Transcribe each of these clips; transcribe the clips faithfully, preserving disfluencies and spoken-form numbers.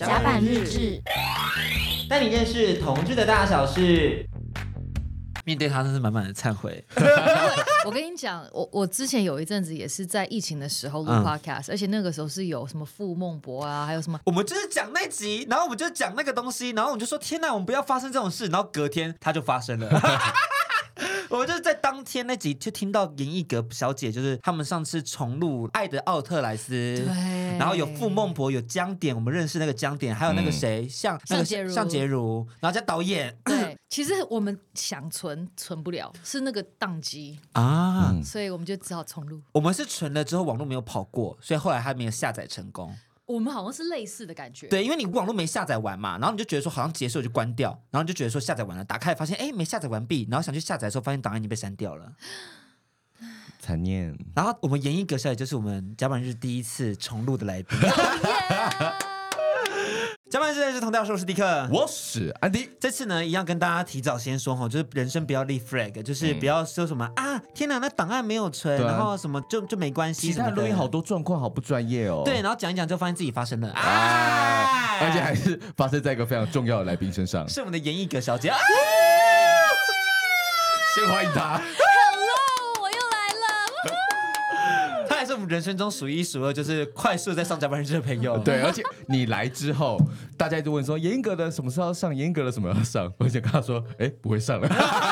甲板日志， 带你认识同志的大小事。面对他，真是满满的忏悔。 我跟你讲，我我之前有一阵子也是在疫情的时候录 podcast，、嗯、而且那个时候是有什么傅孟博啊，还有什么， 我们就是讲那集，然后我们就讲那个东西，然后我们就说天哪，我们不要发生这种事，然后隔天它就发生了。我们就是在当天那集就听到严艺格小姐，就是他们上次重录《爱的奥特莱斯》， 对， 然后有傅孟博，有江点，我们认识那个江点，还有那个谁，像、嗯、那个向杰如，然后加导演。 对，其实我们想存存不了，是那个宕机啊、 嗯，所以我们就只好重录。 我们是存了之后网络没有跑过，所以后来还没有下载成功。 我们好像是类似的感觉， 对，因为你网络没下载完嘛，然后你就觉得说好像结束就关掉，然后你就觉得说下载完了，打开发现哎没下载完毕，然后想去下载的时候发现档案已经被删掉了， 残念。 然后我们严艺格小姐就是我们甲板日第一次重录的来宾。甲板日志是同大叔，我是迪克， 我是安迪。 这次呢，一样跟大家提早先说哈，就是人生不要立 flag， 就是不要说什么、嗯、啊，天哪，那档案没有存，啊、然后什么就就没关系。 其他录音好多状况好不专业哦。 对，然后讲一讲就发现自己发生了，啊， 啊而且还是发生在一个非常重要的来宾身上， 是我们的严艺格小姐。啊、 先欢迎她。 是我们人生中数一数二，就是快速在上甲板日志的朋友。 对，而且你来之后，大家就问说严格的什么时候要上，严格的什么要上，我就跟他说，哎，不会上了。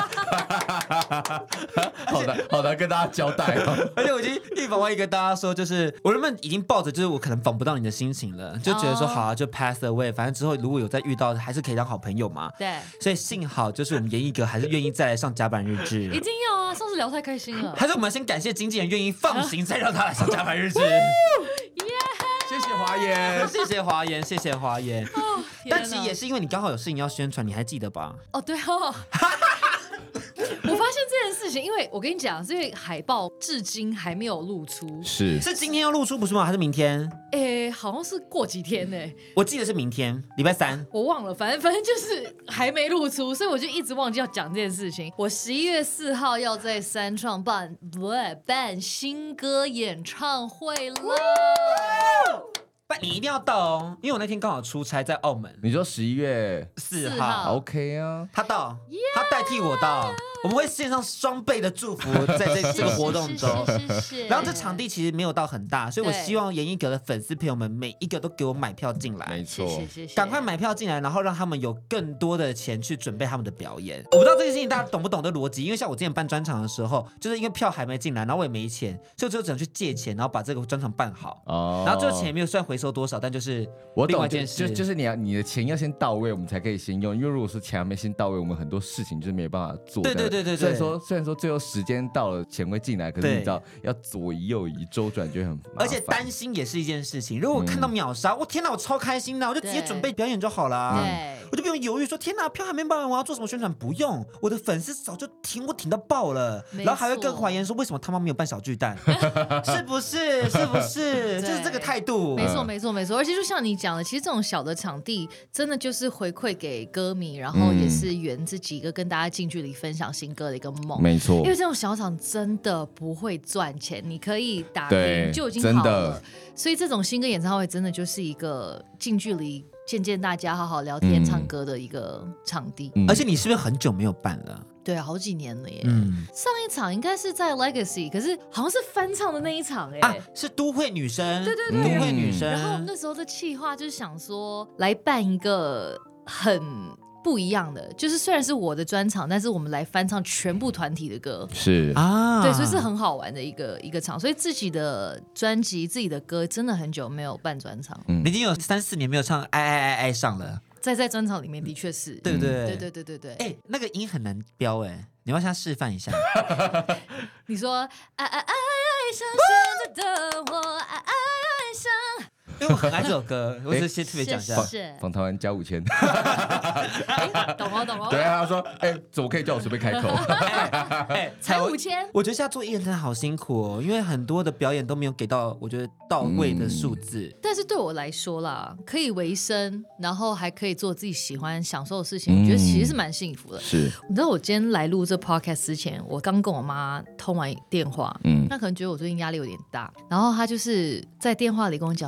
好的，好的，跟大家交代、哦。 而且我已经预防万一跟大家说，就是我原本已经抱着就是我可能访不到你的心情了，就觉得说好啊，就 pass away， 反正之后如果有再遇到，还是可以当好朋友嘛。 对， 所以幸好就是我们严艺格还是愿意再来上甲板日志。 一定要啊，上次聊太开心了。 还是我们先感谢经纪人愿意放行，再让他来上甲板日志。 谢谢华言， 谢谢华言，谢谢华言。哦、但其实也是因为你刚好有事情要宣传，你还记得吧？ 哦，对哦。我发现这件事情，因为我跟你讲，这个海报至今还没有露出， 是是今天要露出不是吗？还是明天？ 诶，好像是过几天呢。 我记得是明天，礼拜三。 我忘了，反正反正就是还没露出，所以我就一直忘记要讲这件事情。我十一月四号要在三创办不办新歌演唱会了。 你一定要到哦，因为我那天刚好出差在澳门。 你说十一月四号 ，OK 啊？ 他到， yeah! 他代替我到，我们会献上双倍的祝福在这这个活动中。然后这场地其实没有到很大，所以我希望严艺格的粉丝朋友们每一个都给我买票进来， 没错， 赶快买票进来，然后让他们有更多的钱去准备他们的表演。我不知道这件事情大家懂不懂的逻辑，因为像我之前办专场的时候，就是因为票还没进来，然后我也没钱，所以就只能去借钱，然后把这个专场办好。哦，然后最后钱也没有算回收多少，但就是另外一件事， 就就是你要你的钱要先到位，我们才可以先用。因为如果说钱还没先到位，我们很多事情就是没办法做。 对对对对对。 虽然说虽然说最后时间到了，钱会进来，可是你知道要左移右移周转就很麻烦。 而且担心也是一件事情。如果我看到秒杀，我、嗯、天哪，我超开心的，我就直接准备表演就好了。 对， 我就不用犹豫说天哪，票还没办完，我要做什么宣传？不用，我的粉丝早就挺我挺到爆了，然后还会跟华言说为什么他妈没有办小巨蛋，是不是？是不是？就是这个态度。 没错没错没错。而且就像你讲的，其实这种小的场地真的就是回馈给歌迷，然后也是圆自己一个跟大家近距离分享新歌的一个梦。 没错， 因为这种小场真的不会赚钱，你可以打平就已经好了。所以这种新歌演唱会真的就是一个近距离见见大家好好聊天、嗯、唱歌的一个场地、 嗯、而且你是不是很久没有办了？ 对啊，好几年了耶、嗯、上一场应该是在 Legacy， 可是好像是翻唱的那一场耶、 啊、是都会女生。 对对对， 都会女生。 然后那时候的企划就是想说来办一个很不一样的，就是虽然是我的专场，但是我们来翻唱全部团体的歌， 是啊， 对，所以是很好玩的一个一个场。所以自己的专辑、自己的歌，真的很久没有办专场， 嗯，已经有三四年没有唱《爱爱爱爱上了》。 在在专场里面的确是， 对不对？ 对对对对对。 哎，那个音很难飙哎，你要先示范一下。 你说爱爱爱爱上现在的我，爱爱爱上。 因为我很爱这首歌，我只是先特别讲一下。 访谈完加五千， 懂哦懂哦。 对啊，他说，哎，怎么可以叫我随便开口？ 哎，才五千。 我觉得现在做艺人真的好辛苦哦，因为很多的表演都没有给到我觉得到位的数字。 嗯、但是对我来说啦，可以维生，然后还可以做自己喜欢、享受的事情，嗯、我觉得其实是蛮幸福的。 是， 你知道我今天来录这 podcast 之前，我刚跟我妈通完电话，嗯，她可能觉得我最近压力有点大，然后她就是在电话里跟我讲说。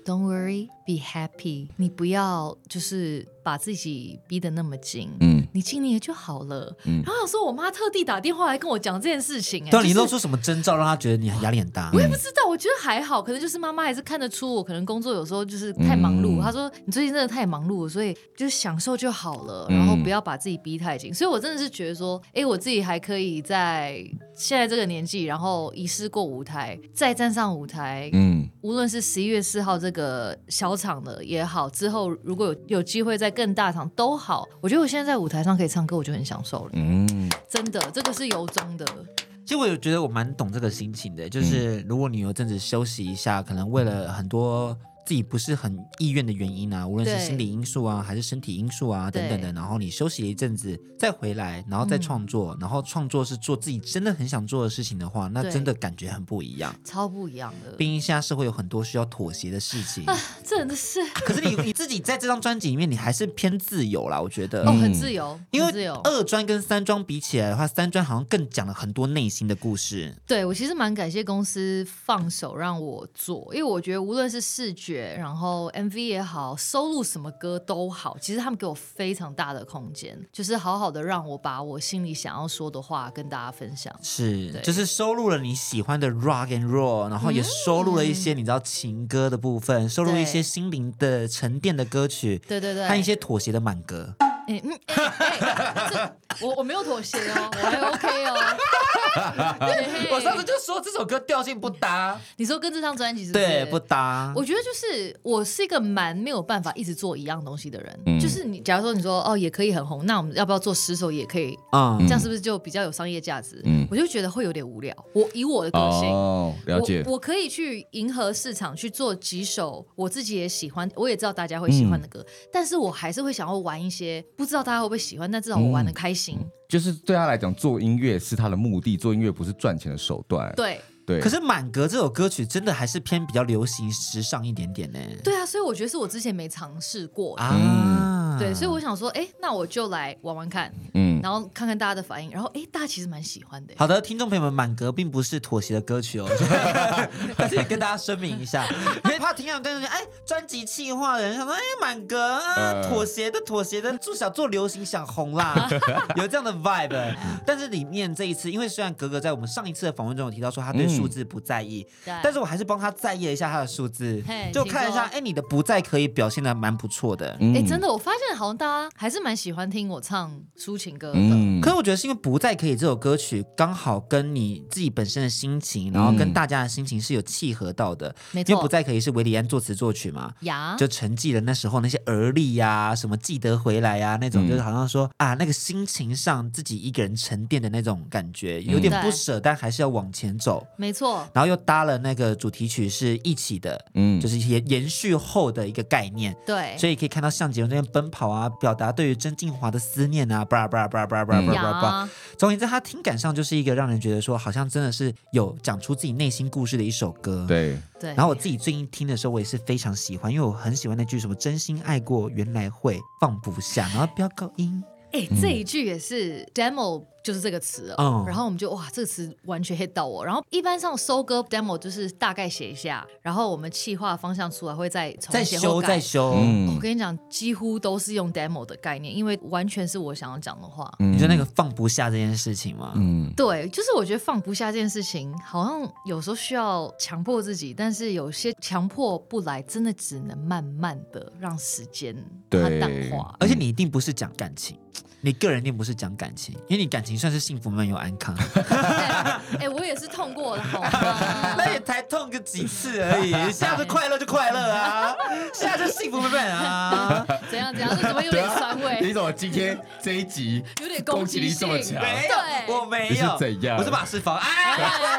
Don't worry, be happy。你不要就是把自己逼得那么紧， 嗯， 你尽力了就好了。嗯，然后有时候我妈特地打电话来跟我讲这件事情、欸， 对、啊， 就是、 你露出什么征兆让她觉得你压力很大？ 我也不知道，我觉得还好，可能就是妈妈还是看得出我可能工作有时候就是太忙碌。她、嗯、说你最近真的太忙碌了，所以就是享受就好了，然后不要把自己逼太紧。所以我真的是觉得说，哎，我自己还可以在现在这个年纪，然后遗失过舞台，再站上舞台，嗯，无论是十一月四号这个小场的也好，之后如果有有机会在更大场都好，我觉得我现在在舞台上可以唱歌，我就很享受了。嗯，真的，这个是由衷的。 其实我有觉得我蛮懂这个心情的，就是如果你有阵子休息一下，可能为了很多自己不是很意愿的原因啊，无论是心理因素啊还是身体因素啊等等的，然后你休息了一阵子再回来，然后再创作、嗯、然后创作是做自己真的很想做的事情的话，那真的感觉很不一样， 超不一样的。毕竟现在社会有很多需要妥协的事情啊， 真的是。 可是你你自己在这张专辑里面你还是偏自由啦，我觉得哦，很自由， 因为二专跟三专比起来的话，三专好像更讲了很多内心的故事。 对，我其实蛮感谢公司放手让我做，因为我觉得无论是视觉，然后 M V 也好，收录什么歌都好，其实他们给我非常大的空间，就是好好的让我把我心里想要说的话跟大家分享。 是，就是收录了你喜欢的 rock and roll， 然后也收录了一些你知道情歌的部分，收录一些心灵的沉淀的歌曲， 对对对， 还有一些妥协的满歌。 哎嗯哎哎，我我没有妥协哦，我还 OK 哦。 我上次就说这首歌调性不搭， 你说跟这张专辑是不是？ 对，不搭。 我觉得就是我是一个蛮没有办法一直做一样东西的人，嗯、就是你假如说你说哦也可以很红，那我们要不要做十首也可以？嗯，这样是不是就比较有商业价值？嗯，我就觉得会有点无聊。我以我的个性， 哦，了解， 我, 我可以去迎合市场去做几首我自己也喜欢，我也知道大家会喜欢的歌，嗯、但是我还是会想要玩一些。不知道大家会不会喜欢，但至少我玩得开心、嗯、 就是对他来讲做音乐是他的目的，做音乐不是赚钱的手段。 对对， 可是满格这首歌曲真的还是偏比较流行时尚一点点呢。 对啊，所以我觉得是我之前没尝试过的啊。对，所以我想说，哎，那我就来玩玩看，嗯，然后看看大家的反应，然后哎，大家其实蛮喜欢的。 好的，听众朋友们，满格并不是妥协的歌曲哦，而且跟大家声明一下，因为怕听到跟人说，哎，专辑企划的人想说，哎，满格啊，妥协的妥协的，就想做流行想红啦，有这样的 vibe。但是里面这一次，因为虽然格格在我们上一次的访问中有提到说他对数字不在意，嗯、但是我还是帮他在意了一下他的数字，就看一下，哎，你的不在可以表现的蛮不错的。 哎，真的，我发现好像大家还是蛮喜欢听我唱抒情歌的。嗯、 可是我觉得是因为不再可以这首歌曲刚好跟你自己本身的心情，然后跟大家的心情是有契合到的。没错，因为不再可以是韦礼安作词作曲嘛，呀，就沉寂了那时候那些而立呀、啊，什么记得回来呀、啊、那种，就是好像说、嗯、啊那个心情上自己一个人沉淀的那种感觉，有点不舍，但还是要往前走。 没错。 然后又搭了那个主题曲是一起的，嗯，就是延延续后的一个概念。 对， 所以可以看到向杰荣这边奔跑啊，表达对于曾静华的思念啊，巴拉巴拉巴拉巴拉巴拉巴拉巴拉。总而言之，他听感上就是一个让人觉得说，好像真的是有讲出自己内心故事的一首歌。 对对。 然后我自己最近听的时候，我也是非常喜欢，因为我很喜欢那句什么“真心爱过，原来会放不下”，然后飙高音。 哎，这一句也是 demo。就是这个词了、哦，嗯、然后我们就哇，这个词完全 hit 到我。然后一般上收歌 demo 就是大概写一下，然后我们企划方向出来会再重写再修再修。 嗯、我跟你讲，几乎都是用 demo 的概念，因为完全是我想要讲的话。 嗯、你说那个放不下这件事情吗？ 嗯，对，就是我觉得放不下这件事情，好像有时候需要强迫自己，但是有些强迫不来，真的只能慢慢的让时间它淡化。 而且你一定不是讲感情。你个人一定不是讲感情，因为你感情算是幸福慢有安康。 哎、欸，我也是痛过的，好吗？ 那也才痛个几次而已，下次快乐就快乐啊，下次幸福慢慢啊。 怎样怎样？这怎么有点酸味？ 你怎么今天这一集有点攻击力这么强？ 没有，我没有。 你是怎样？ 我是马世芳。哎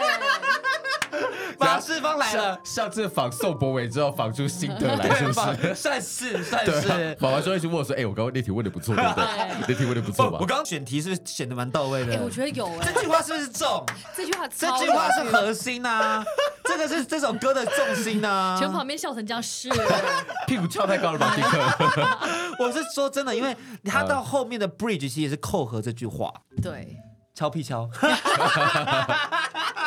马世芳来了， 上次访宋博伟之后，访出心得来，是不是？ 算是算是。 访完之后一直问我说：“哎、欸，我刚刚那题问的不错，对不对？那题问的不错吧？” 我刚刚选题是不是选的蛮到位的？ 哎、欸，我觉得有哎、欸。 这句话是不是重？ 这句话这句话是核心啊，这个是这首歌的重心啊。 全旁边笑成这样是， 屁股翘太高了吧，迪克？ 我是说真的，因为他到后面的 bridge 其实也是扣合这句话。 对。 敲屁敲，他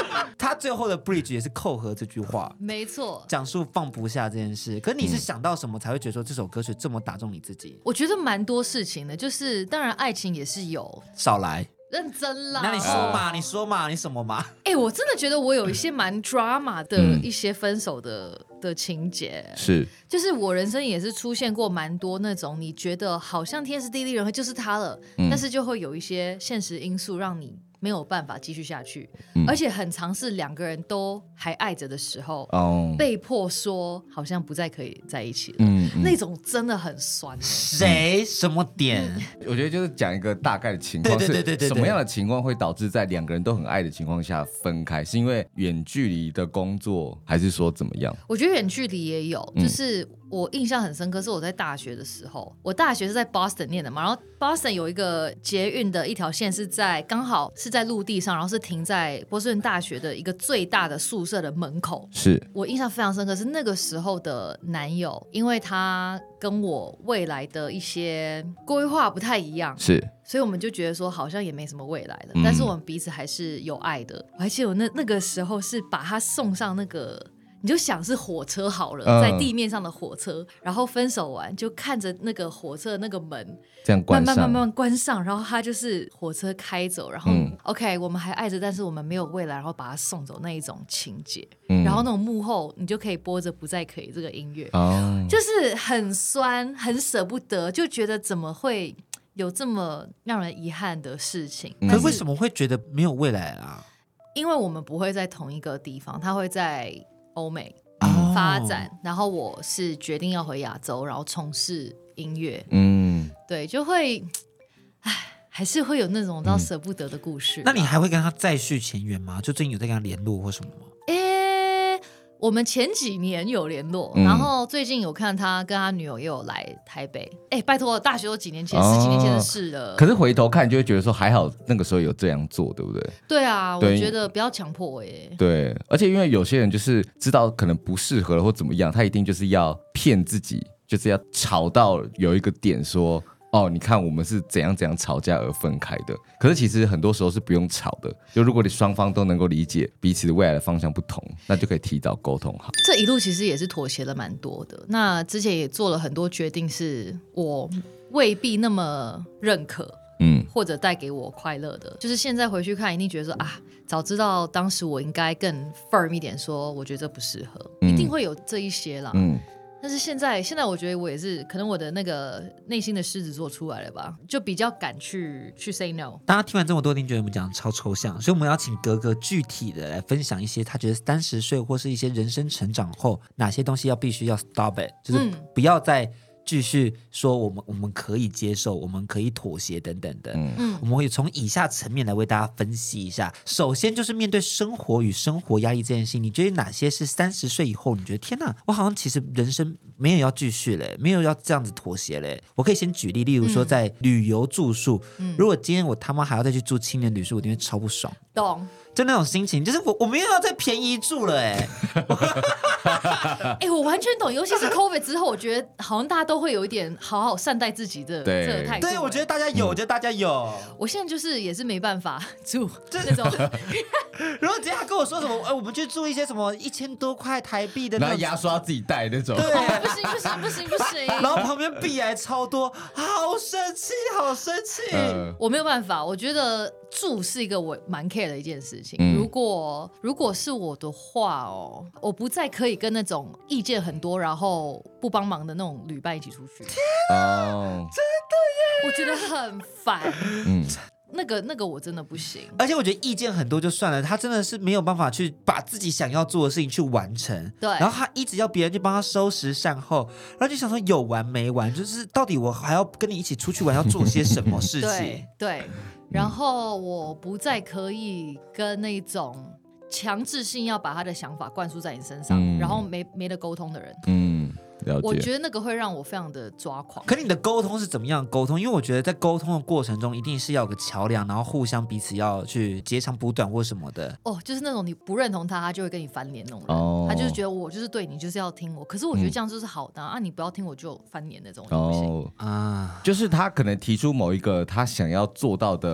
他最后的 bridge 也是扣合这句话， 没错， 讲述放不下这件事。可是你是想到什么才会觉得说这首歌曲这么打中你自己？ 我觉得蛮多事情的，就是当然爱情也是有， 少来。 认真啦， 那你说嘛，你说嘛，你什么嘛？ 哎、欸，我真的觉得我有一些蛮 drama 的一些分手的、嗯、的情节， 是， 就是我人生也是出现过蛮多那种你觉得好像天时地利人和就是他了、嗯，但是就会有一些现实因素让你没有办法继续下去、嗯，而且很常是两个人都还爱着的时候，哦、被迫说好像不再可以在一起了，嗯嗯、那种真的很酸。 谁什么点？ 我觉得就是讲一个大概的情况， 对对对对， 什么样的情况会导致在两个人都很爱的情况下分开？是因为远距离的工作，还是说怎么样？ 我觉得远距离也有，就是我印象很深刻，是我在大学的时候，我大学是在 Boston 念的嘛，然后 Boston 有一个捷运的一条线是在刚好是在陆地上，然后是停在波士顿大学的一个最大的宿舍的门口。 是我印象非常深刻，是那个时候的男友，因为他跟我未来的一些规划不太一样， 是， 所以我们就觉得说好像也没什么未来了、嗯、但是我们彼此还是有爱的。我还记得我那那个时候是把他送上那个，你就想是火车好了、嗯、在地面上的火车，然后分手完就看着那个火车的那个门这样关上， 慢慢慢慢关上，然后他就是火车开走，然后、嗯、OK 我们还爱着，但是我们没有未来，然后把他送走那一种情节、嗯、然后那种幕后你就可以播着不再可以这个音乐、哦、就是很酸很舍不得，就觉得怎么会有这么让人遗憾的事情、 嗯、可是为什么会觉得没有未来啊？ 因为我们不会在同一个地方，他会在欧美发展、哦、然后我是决定要回亚洲，然后从事音乐，嗯，对，就会唉还是会有那种到舍不得的故事、嗯、 那你还会跟他再续前缘吗？就最近有在跟他联络或什么吗？ 诶，我们前几年有联络、嗯、然后最近有看他跟他女友也有来台北。哎，拜托，大学都几年前、哦、十几年前的事了。 可是回头看就会觉得说还好那个时候有这样做，对不对？ 对啊，对，我觉得不要强迫耶。 对，而且因为有些人就是知道可能不适合了或怎么样，他一定就是要骗自己，就是要吵到有一个点说哦，你看我们是怎样怎样吵架而分开的。可是其实很多时候是不用吵的，就如果你双方都能够理解彼此的未来的方向不同，那就可以提早沟通好。 这一路其实也是妥协了蛮多的，那之前也做了很多决定是我未必那么认可，嗯，或者带给我快乐的，就是现在回去看一定觉得说啊，早知道当时我应该更 firm 一点说我觉得这不适合、嗯、一定会有这一些啦，嗯，但是现在现在我觉得我也是可能我的那个内心的狮子座出来了吧，就比较敢去去 say no。 大家听完这么多一定觉得我们讲的超抽象，所以我们要请格格具体的来分享一些他觉得三十岁或是一些人生成长后哪些东西要必须要 stop it， 就是不要再继续说我们我们可以接受，我们可以妥协等等的。嗯，我们会从以下层面来为大家分析一下。首先就是面对生活与生活压力这件事情，你觉得哪些是三十岁以后你觉得天哪，我好像其实人生没有要继续嘞，没有要这样子妥协嘞？我可以先举例，例如说在旅游住宿，嗯、如果今天我他妈还要再去住青年旅宿，我一定会超不爽。 懂。 就那种心情，就是我我没有要再便宜住了哎、欸， 哎、欸，我完全懂，尤其是 COVID 之后，我觉得好像大家都会有一点好好善待自己的这个态度。 对，我觉得大家有，嗯、我觉得大家有。 我现在就是也是没办法住那种。 如果今天他跟我说什么，哎、欸，我们去住一些什么一千多块台币的那种， 然后牙刷自己带那种， 对， 不行不行不行不行。 然后旁边币还超多，好生气，好生气、呃。 我没有办法，我觉得住是一个我蛮 care 的一件事情。嗯、如果如果是我的话哦，我不再可以跟那种意见很多然后不帮忙的那种旅伴一起出去。 天啊，真的耶！我觉得很烦。嗯。那个那个我真的不行， 而且我觉得意见很多就算了，他真的是没有办法去把自己想要做的事情去完成。 对， 然后他一直要别人去帮他收拾善后，然后就想说有完没完，就是到底我还要跟你一起出去玩，要做些什么事情？ 对对，然后我不再可以跟那种强制性要把他的想法灌输在你身上，嗯、然后没没得沟通的人。嗯。我觉得那个会让我非常的抓狂。 可你的沟通是怎么样沟通？因为我觉得在沟通的过程中一定是要有个桥梁，然后互相彼此要去截长补短或什么的。 哦，就是那种你不认同他，他就会跟你翻脸那种人。哦，他就是觉得我就是对你就是要听我，可是我觉得这样就是好的 啊, 、嗯、啊，你不要听我就翻脸那种。哦啊，就是他可能提出某一个他想要做到的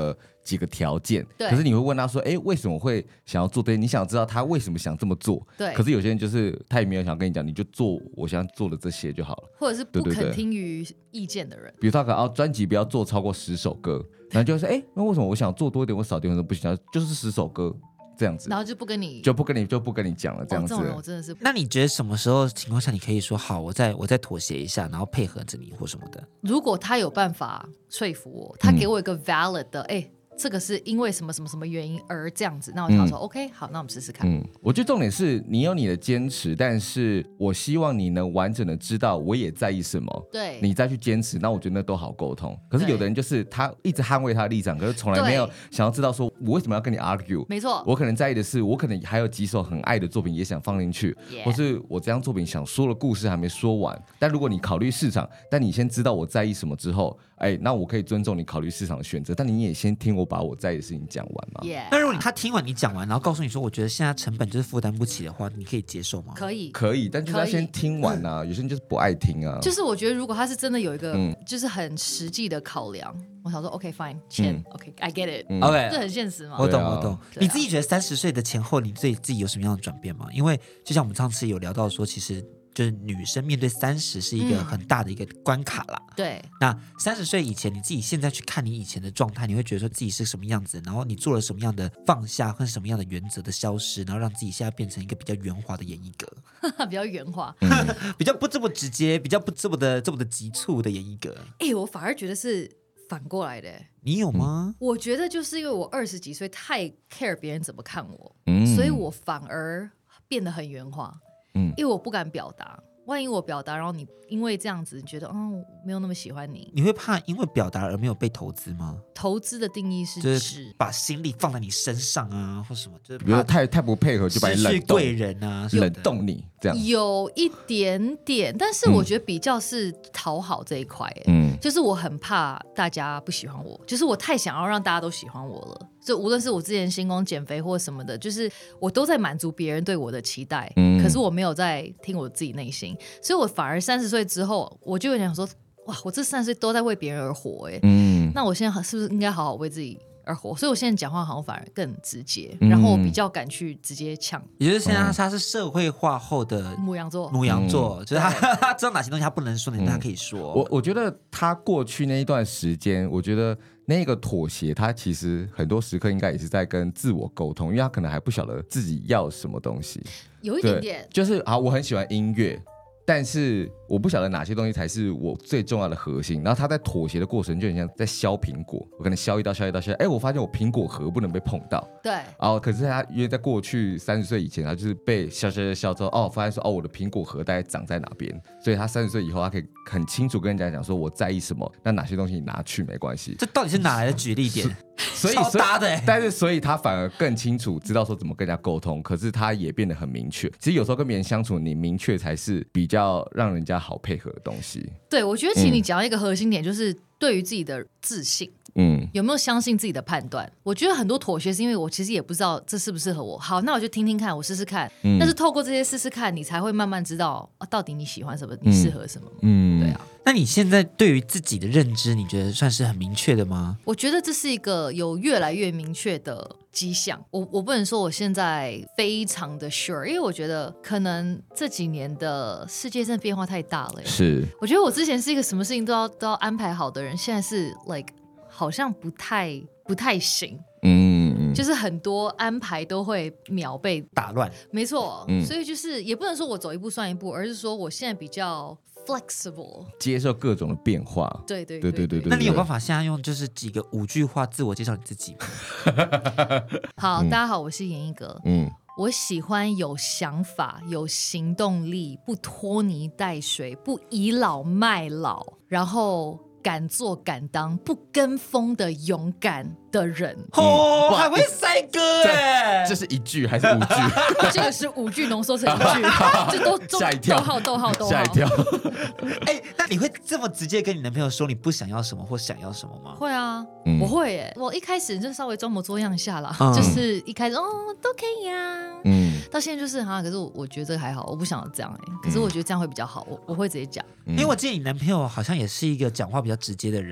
几个条件， 对， 可是你会问他说，哎，为什么会想要做这些？你想知道他为什么想这么做， 对。 可是有些人就是他也没有想跟你讲，你就做我想做的这些就好了， 或者是不肯听于意见的人， 比如他可能专辑不要做超过十首歌，然后就说，哎，那为什么我想做多一点，我少一点，为什么不行？就是十首歌。这样子， 然后就不跟你就不跟你就不跟你讲了，这样子。哦、 这种人我真的是。 那你觉得什么时候情况下你可以说好，我再我再妥协一下，然后配合着你或什么的？ 如果他有办法说服我，他给我一个 valid 的，哎、嗯。这个是因为什么什么什么原因而这样子，那我就说、嗯、OK 好，那我们试试看。 嗯，我觉得重点是你有你的坚持，但是我希望你能完整的知道我也在意什么， 对， 你再去坚持，那我觉得那都好沟通。可是有的人就是他一直捍卫他的立场，可是从来没有想要知道说我为什么要跟你 argue。 没错， 我可能在意的是，我可能还有几首很爱的作品也想放进去， yeah. 或是我这张作品想说的故事还没说完。但如果你考虑市场，但你先知道我在意什么之后，哎，那我可以尊重你考虑市场的选择，但你也先听我把我在意的事情讲完嘛。 Yeah. 那如果他听完你讲完，然后告诉你说，我觉得现在成本就是负担不起的话，你可以接受吗？ 可以， 可以，但就是要先听完啊。有些人就是不爱听啊。 就是我觉得，如果他是真的有一个，嗯、就是很实际的考量，我想说 OK fine， 签、嗯、OK I get it，OK，、嗯、这很现实嘛。 我懂，我懂。 啊、 你自己觉得三十岁的前后，你对自己有什么样的转变吗？因为就像我们上次有聊到说，其实。就是女生面对三十是一个很大的一个关卡啦。 嗯、对， 那三十岁以前，你自己现在去看你以前的状态，你会觉得说自己是什么样子，然后你做了什么样的放下和什么样的原则的消失，然后让自己现在变成一个比较圆滑的演艺格， 比较圆滑， 比较不这么直接，比较不这么的这么的急促的演艺格。 哎、欸，我反而觉得是反过来的。 你有吗？ 我觉得就是因为我二十几岁太 care 别人怎么看我，嗯、所以我反而变得很圆滑。嗯，因为我不敢表达，万一我表达，然后你因为这样子觉得，嗯，没有那么喜欢你， 你会怕因为表达而没有被投资吗？ 投资的定义是指、 就是、把心力放在你身上啊，或什么，就是比如太太不配合就把你冷冻， 贵人啊， 冷冻你这样， 有一点点，但是我觉得比较是讨好这一块，嗯，就是我很怕大家不喜欢我，就是我太想要让大家都喜欢我了。就无论是我之前星光减肥或什么的，就是我都在满足别人对我的期待、嗯、可是我没有在听我自己内心，所以我反而三十岁之后我就有想说，哇，我这三十岁都在为别人而活耶、嗯、那我现在是不是应该好好为自己而活？所以我现在讲话好像反而更直接、嗯、然后我比较敢去直接呛。 也就是现在他是社会化后的牡羊座， 牡羊座、嗯、就是他他知道哪些东西他不能说的、嗯、他可以说。 我我觉得他过去那一段时间，我觉得那个妥协，他其实很多时刻应该也是在跟自我沟通，因为他可能还不晓得自己要什么东西， 有一点点， 就是啊，我很喜欢音乐，但是我不晓得哪些东西才是我最重要的核心。然后他在妥协的过程就很像在削苹果，我可能削一刀削一刀削，哎，我发现我苹果核不能被碰到。 对。 然后可是他因为在过去三十岁以前，他就是被削削削削之后，哦，发现说哦，我的苹果核大概长在哪边，所以他三十岁以后，他可以很清楚跟人家讲说我在意什么，那哪些东西你拿去没关系。 这到底是哪来的举例点？ 所以超搭的、欸， 但是所以他反而更清楚知道说怎么跟人家沟通，可是他也变得很明确。其实有时候跟别人相处，你明确才是比较让人家好配合的东西。 对，我觉得其实你讲到一个核心点，就是对于自己的自信，嗯，有没有相信自己的判断？我觉得很多妥协是因为我其实也不知道这适不适合我。好，那我就听听看，我试试看。嗯、但是透过这些试试看，你才会慢慢知道、啊、到底你喜欢什么，你适合什么。嗯，对啊。 那你现在对于自己的认知，你觉得算是很明确的吗？ 我觉得这是一个有越来越明确的迹象。我我不能说我现在非常的 sure， 因为我觉得可能这几年的世界真的变化太大了。 是， 我觉得我之前是一个什么事情都要都要安排好的人，现在是 like 好像不太不太行。嗯，就是很多安排都会秒被打乱。 没错、嗯，所以就是也不能说我走一步算一步，而是说我现在比较 flexible， 接受各种的变化。 对对对对 对, 对, 对, 对。 那你有办法现在用就是几个五句话自我介绍你自己吗？ 好、嗯，大家好，我是严一格。嗯，我喜欢有想法、有行动力、不拖泥带水、不倚老卖老，然后敢做敢当、不跟风的勇敢的人。 哦，嗯、还会塞歌哎！ 这是一句还是五句？ 这个是五句浓缩成一句，这都吓一跳， 逗号逗号逗号， 吓一跳。 哎，那你会这么直接跟你男朋友说你不想要什么或想要什么吗？ 会啊，嗯、我会耶。我一开始就稍微装模作样一下啦，嗯、就是一开始哦都可以啊，嗯，到现在就是哈、啊，可是我我觉得这个还好，我不想要这样哎，可是我觉得这样会比较好，我我会直接讲。 因为我记得你男朋友好像也是一个讲话比较直接的人。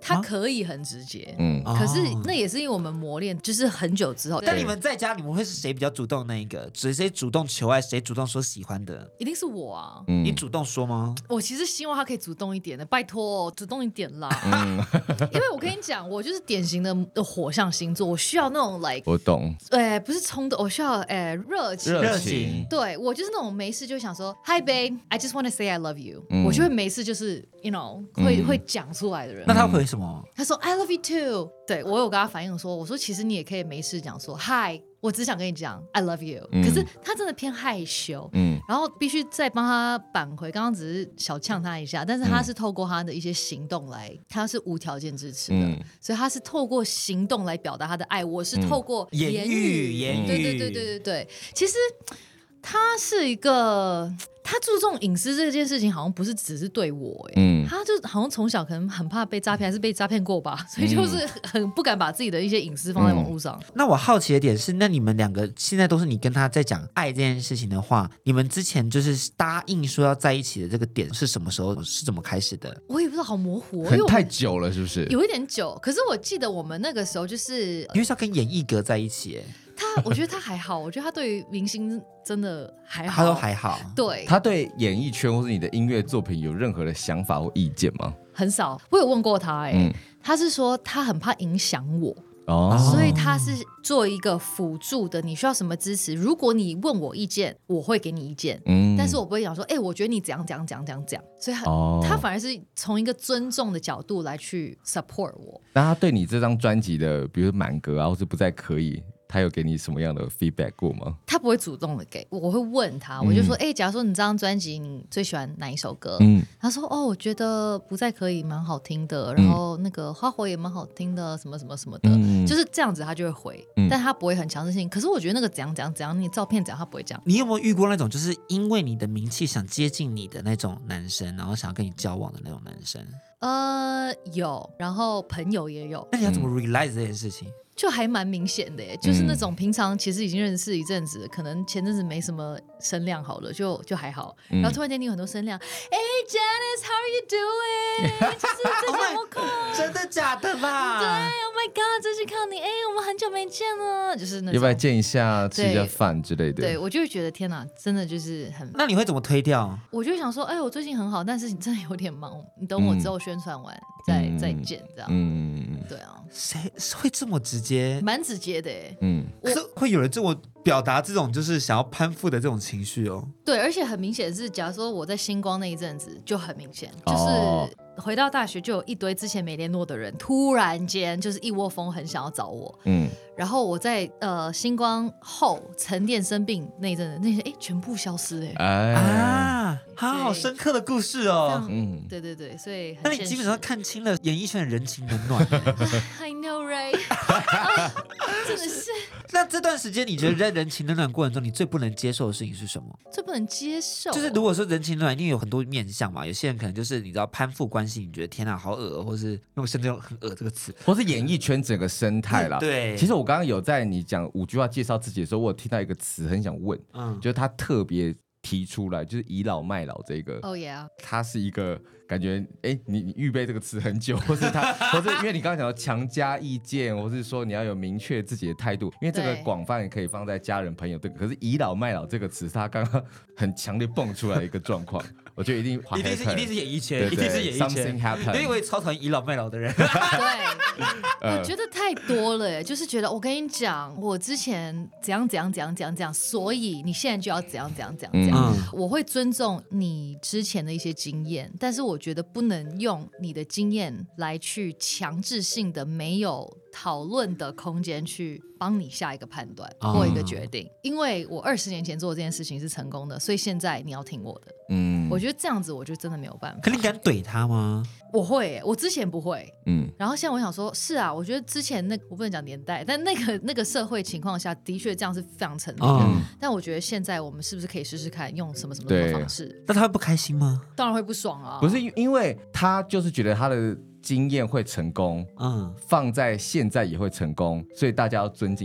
他可以很直接， 嗯， 可是哦那也是因为我们磨练，就是很久之后。 但你们在家，你们会是谁比较主动那一个？谁主动求爱，谁主动说喜欢的？ 一定是我啊！ 嗯你主动说吗？ 我其实希望他可以主动一点的，拜托、哦，主动一点啦。因为我跟你讲，我就是典型的火象星座，我需要那种 like， 我懂， 哎，不是冲动，我需要哎热情。 热情， 对我就是那种没事就想说 Hi babe, I just want to say I love you，、 嗯、 我就会没事就是 you know 会、 嗯、 会讲出来的人。 那他回什么？ 他说 I love you too。对我有跟他反映说，我说其实你也可以没事讲说 Hi， 我只想跟你讲 I love you、嗯。可是他真的偏害羞，嗯，然后必须再帮他扳回。刚刚只是小呛他一下，但是他是透过他的一些行动来，他是无条件支持的，嗯、所以他是透过行动来表达他的爱。我是透过言语， 言语，言语， 对对对对对对。其实他是一个。他注重隐私这件事情，好像不是只是对我、欸，嗯，他就好像从小可能很怕被诈骗，还是被诈骗过吧，所以就是很不敢把自己的一些隐私放在网络上、 嗯。那我好奇的点是，那你们两个现在都是你跟他在讲爱这件事情的话，你们之前就是答应说要在一起的这个点是什么时候？是怎么开始的？ 我也不知道，好模糊、哦， 很太久了，是不是？ 有一点久，可是我记得我们那个时候就是， 因为是要跟演艺格在一起，哎。 他，我觉得他还好，我觉得他对于明星真的还好， 他都还好。 对， 他对演艺圈或是你的音乐作品有任何的想法或意见吗？ 很少，我有问过他、欸，哎、嗯，他是说他很怕影响我。 哦， 所以他是做一个辅助的，你需要什么支持？如果你问我意见，我会给你意见，嗯，但是我不会讲说，哎、欸，我觉得你怎样怎样怎样怎样怎样，所以他、哦、他反而是从一个尊重的角度来去 support 我。 那他对你这张专辑的，比如满格啊，或是不再可以，他有给你什么样的 feedback 过吗？ 他不会主动的给，我会问他，我就说，哎、嗯欸，假如说你这张专辑你最喜欢哪一首歌？嗯，他说，哦，我觉得不再可以蛮好听的，然后那个花火也蛮好听的，什么什么什么的，嗯、就是这样子，他就会回，嗯、但他不会很强制性。可是我觉得那个怎样怎样怎样，你照片怎样，他不会这样。 你有没有遇过那种就是因为你的名气想接近你的那种男生，然后想要跟你交往的那种男生？ 呃，有，然后朋友也有。 那你要怎么 realize 这件事情？ 就还蛮明显的耶，就是那种平常其实已经认识一阵子，可能前阵子没什么声量好了，就就还好，然后突然间你有很多声量，哎、欸、，Janice how are you doing？ 就是最近有空， 真的假的啦？ 对 ，Oh my God， 最近看你，哎、欸，我们很久没见了，就是那种要不要见一下，吃一下饭之类的？ 对，我就会觉得天哪，真的就是很…… 那你会怎么推掉？ 我就想说，哎、欸，我最近很好，但是你真的有点忙，你等我之后宣传完、嗯、再再见，这样。嗯，对啊， 谁会这么直接？ 蛮直接的耶。 嗯， 可是会有人这么表达这种就是想要攀附的这种情绪哦。 对，而且很明显是，假如说我在星光那一阵子就很明显，就是回到大学就有一堆之前没联络的人，突然间就是一窝蜂很想要找我。嗯，然后我在呃星光后沉淀生病那一阵子，那些哎全部消失哎、欸。 啊，他好深刻的故事哦。 嗯，对对对，所以那你基本上看清了演艺圈的人情冷暖。 I know, right？ 啊、真的是。 那这段时间，你觉得在人情冷暖过程中，你最不能接受的事情是什么？ 最不能接受， 就是如果说人情冷暖，一定有很多面向嘛。有些人可能就是你知道攀附关系，你觉得天哪好恶，或是用甚至用很恶这个词， 或是演艺圈整个生态啦。 对， 其实我刚刚有在你讲五句话介绍自己的时候，我有听到一个词，很想问，嗯，就是他特别提出来，就是倚老卖老这个。 哦、oh, yeah， 他是一个。感觉哎，你你预备这个词很久，或是他，或是因为你刚刚讲到强加意见，或是说你要有明确自己的态度，因为这个广泛也可以放在家人朋友这个。可是倚老卖老这个词，是他刚刚很强烈蹦出来的一个状况，我觉得一定一定是一定是演艺圈， 对对一定是演艺圈 ，something happened。 因为我也超讨厌倚老卖老的人。 对，我觉得太多了耶，就是觉得我跟你讲，我之前怎样怎样怎样怎样怎样，所以你现在就要怎样怎样怎样怎样。嗯、我会尊重你之前的一些经验，但是我觉得不能用你的经验来去强制性的没有讨论的空间去帮你下一个判断或一个决定，因为我二十年前做这件事情是成功的，所以现在你要听我的。嗯，我觉得这样子我就真的没有办法。 可你敢怼他吗？ 我会耶，我之前不会。嗯，然后现在我想说，是啊，我觉得之前那我不能讲年代，但那个那个社会情况下的确这样是非常成立的。嗯、但我觉得现在我们是不是可以试试看用什么什么的方式？ 那他会不开心吗？ 当然会不爽啊！ 不是因为他就是觉得他的经验会成功，嗯，放在现在也会成功，所以大家要尊敬他。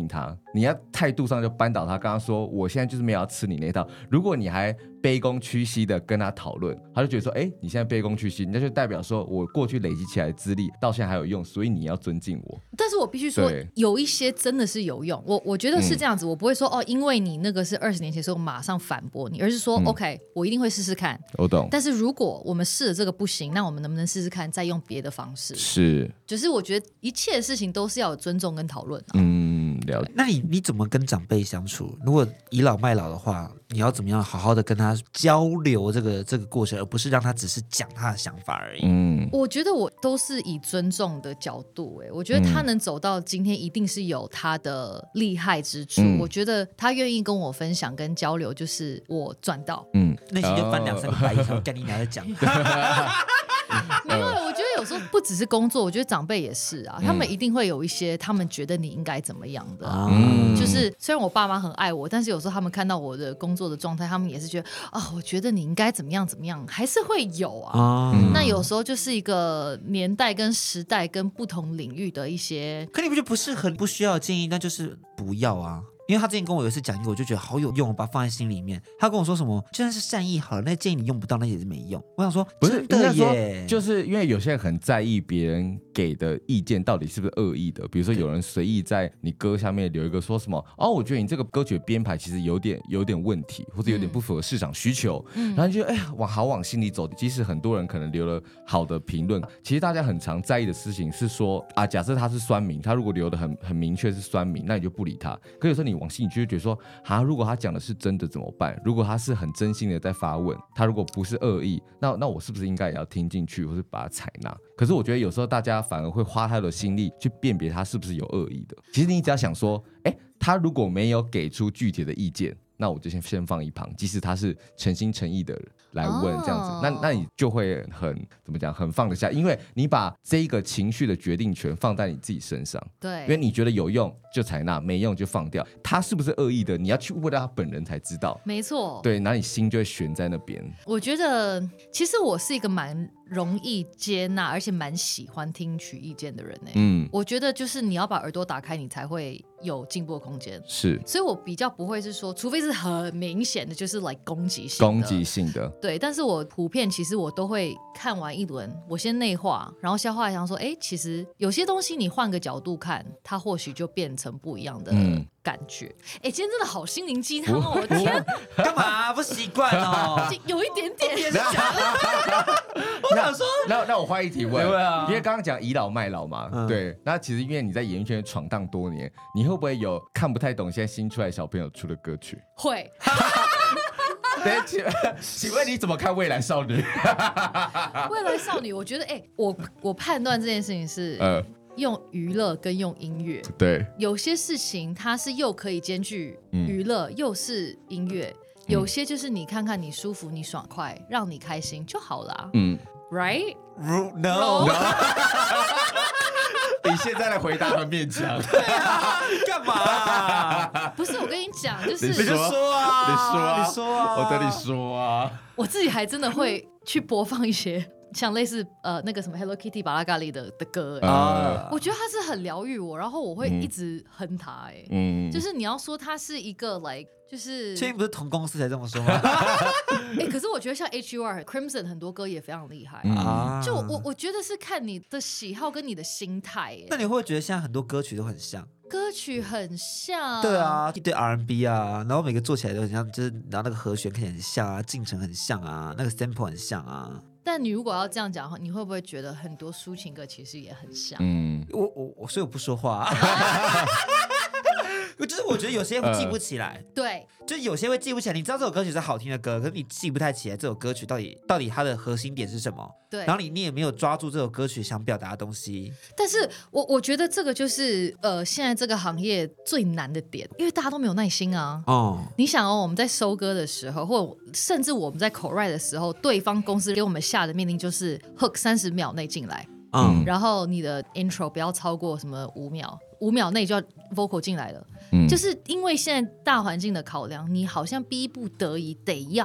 你要态度上就扳倒他，跟他说我现在就是没有要吃你那套。如果你还卑躬屈膝的跟他讨论，他就觉得说，哎，你现在卑躬屈膝，那就代表说我过去累积起来的资历到现在还有用，所以你要尊敬我。 但是我必须说，有一些真的是有用。我我觉得是这样子，嗯、我不会说哦，因为你那个是二十年前，所以我马上反驳你，而是说、嗯、，OK， 我一定会试试看。 我懂。 但是如果我们试了这个不行，那我们能不能试试看，再用别的方式？ 是， 就是我觉得一切的事情都是要有尊重跟讨论、啊。 嗯，了解。 那你你怎么跟长辈相处？如果倚老卖老的话，你要怎么样好好的跟他交流这个这个过程，而不是让他只是讲他的想法而已。 嗯， 我觉得我都是以尊重的角度、欸，我觉得他能走到今天，一定是有他的厉害之处。嗯、我觉得他愿意跟我分享跟交流，就是我赚到。 嗯， 内心就翻两三个白眼，想跟你拿着讲。 没有，我觉得有时候不只是工作，我觉得长辈也是啊，嗯、他们一定会有一些他们觉得你应该怎么样的。嗯、就是虽然我爸妈很爱我，但是有时候他们看到我的工作的状态，他们也是觉得啊、哦，我觉得你应该怎么样怎么样，还是会有啊。嗯、那有时候就是一个年代跟时代跟不同领域的一些， 可你不就不适合不需要的建议，那就是不要啊。因为他之前跟我有一次讲一个，我就觉得好有用，我把它放在心里面。他跟我说什么，就算是善意好了，那建议你用不到，那也是没用。我想说， 不是真的耶， 就是因为有些人很在意别人给的意见到底是不是恶意的。比如说有人随意在你歌下面留一个说什么，哦，我觉得你这个歌曲的编排其实有点有点问题，或者有点不符合市场需求，嗯、然后你就哎呀，往好往心里走。即使很多人可能留了好的评论，其实大家很常在意的事情是说啊，假设他是酸民，他如果留的很很明确是酸民，那你就不理他。可有时候你往心里就会觉得说，啊，如果他讲的是真的怎么办？如果他是很真心的在发问，他如果不是恶意，那那我是不是应该也要听进去，或是把它采纳？可是我觉得有时候大家反而会花太多心力去辨别他是不是有恶意的。其实你只要想说，哎，他如果没有给出具体的意见，那我就先先放一旁，即使他是诚心诚意的来问这样子，哦、那那你就会很怎么讲，很放得下，因为你把这个情绪的决定权放在你自己身上。 对， 因为你觉得有用就采纳，没用就放掉。他是不是恶意的，你要去问到他本人才知道。 没错， 对，那你心就会悬在那边。 我觉得其实我是一个蛮容易接纳，而且蛮喜欢听取意见的人欸。嗯，我觉得就是你要把耳朵打开，你才会有进步的空间。 是， 所以我比较不会是说，除非是很明显的，就是来攻击性的。 攻击性的。 对，但是我普遍其实我都会看完一轮，我先内化，然后消化一下说，哎，其实有些东西你换个角度看，它或许就变成不一样的感觉。哎、嗯，今天真的好心灵鸡汤哦！我的天， 干嘛不习惯哦？ 有一点点。 我想说， 那那我换一题问， 对啊， 因为刚刚讲倚老卖老嘛，嗯、对，那其实因为你在演艺圈闯荡多年，你会不会有看不太懂现在新出来小朋友出的歌曲？ 会。 对，请请问你怎么看未来少女？ 未来少女，我觉得，哎、欸，我我判断这件事情是，呃，用娱乐跟用音乐。 对， 有些事情它是又可以兼具娱乐、嗯、又是音乐，有些就是你看看你舒服、你爽快，让你开心就好啦。嗯 ，Right? No. no. 你现在的回答很勉强。 对啊，干嘛、啊？ 不是，我跟你讲，就是你就说啊， 你说啊， 你说啊， 我等你说啊。 我自己还真的会去播放一些像类似呃那个什么 Hello Kitty 巴拉咖喱的的歌、欸，啊，我觉得它是很疗愈我，然后我会一直哼它、欸，哎，嗯，就是你要说它是一个 like 就是， 确定不是同公司才这么说吗？ 哎、欸，可是我觉得像 H U R Crimson 很多歌也非常厉害、啊，就我我觉得是看你的喜好跟你的心态、欸。 那你会不会觉得现在很多歌曲都很像？ 歌曲很像， 对啊，一堆 R and B 啊，然后每个做起来都很像，就是然后那个和弦看起来很像啊，进程很像啊，那个 sample 很像啊。 但你如果要这样讲的话，你会不会觉得很多抒情歌其实也很像？ 嗯，我我我所以我不说话、啊。就是我觉得有些会记不起来， 呃、对， 就有些会记不起来。你知道这首歌曲是好听的歌，可是你记不太起来这首歌曲到底到底它的核心点是什么。 对， 然后你你也没有抓住这首歌曲想表达的东西。 但是我我觉得这个就是呃现在这个行业最难的点，因为大家都没有耐心啊。哦，你想哦，我们在收歌的时候，或甚至我们在 co-write 的时候，对方公司给我们下的命令就是 hook 三十秒内进来。嗯，然后你的 intro 不要超过什么五秒，五秒内就要 vocal 进来了。嗯，就是因为现在大环境的考量，你好像逼不得已得要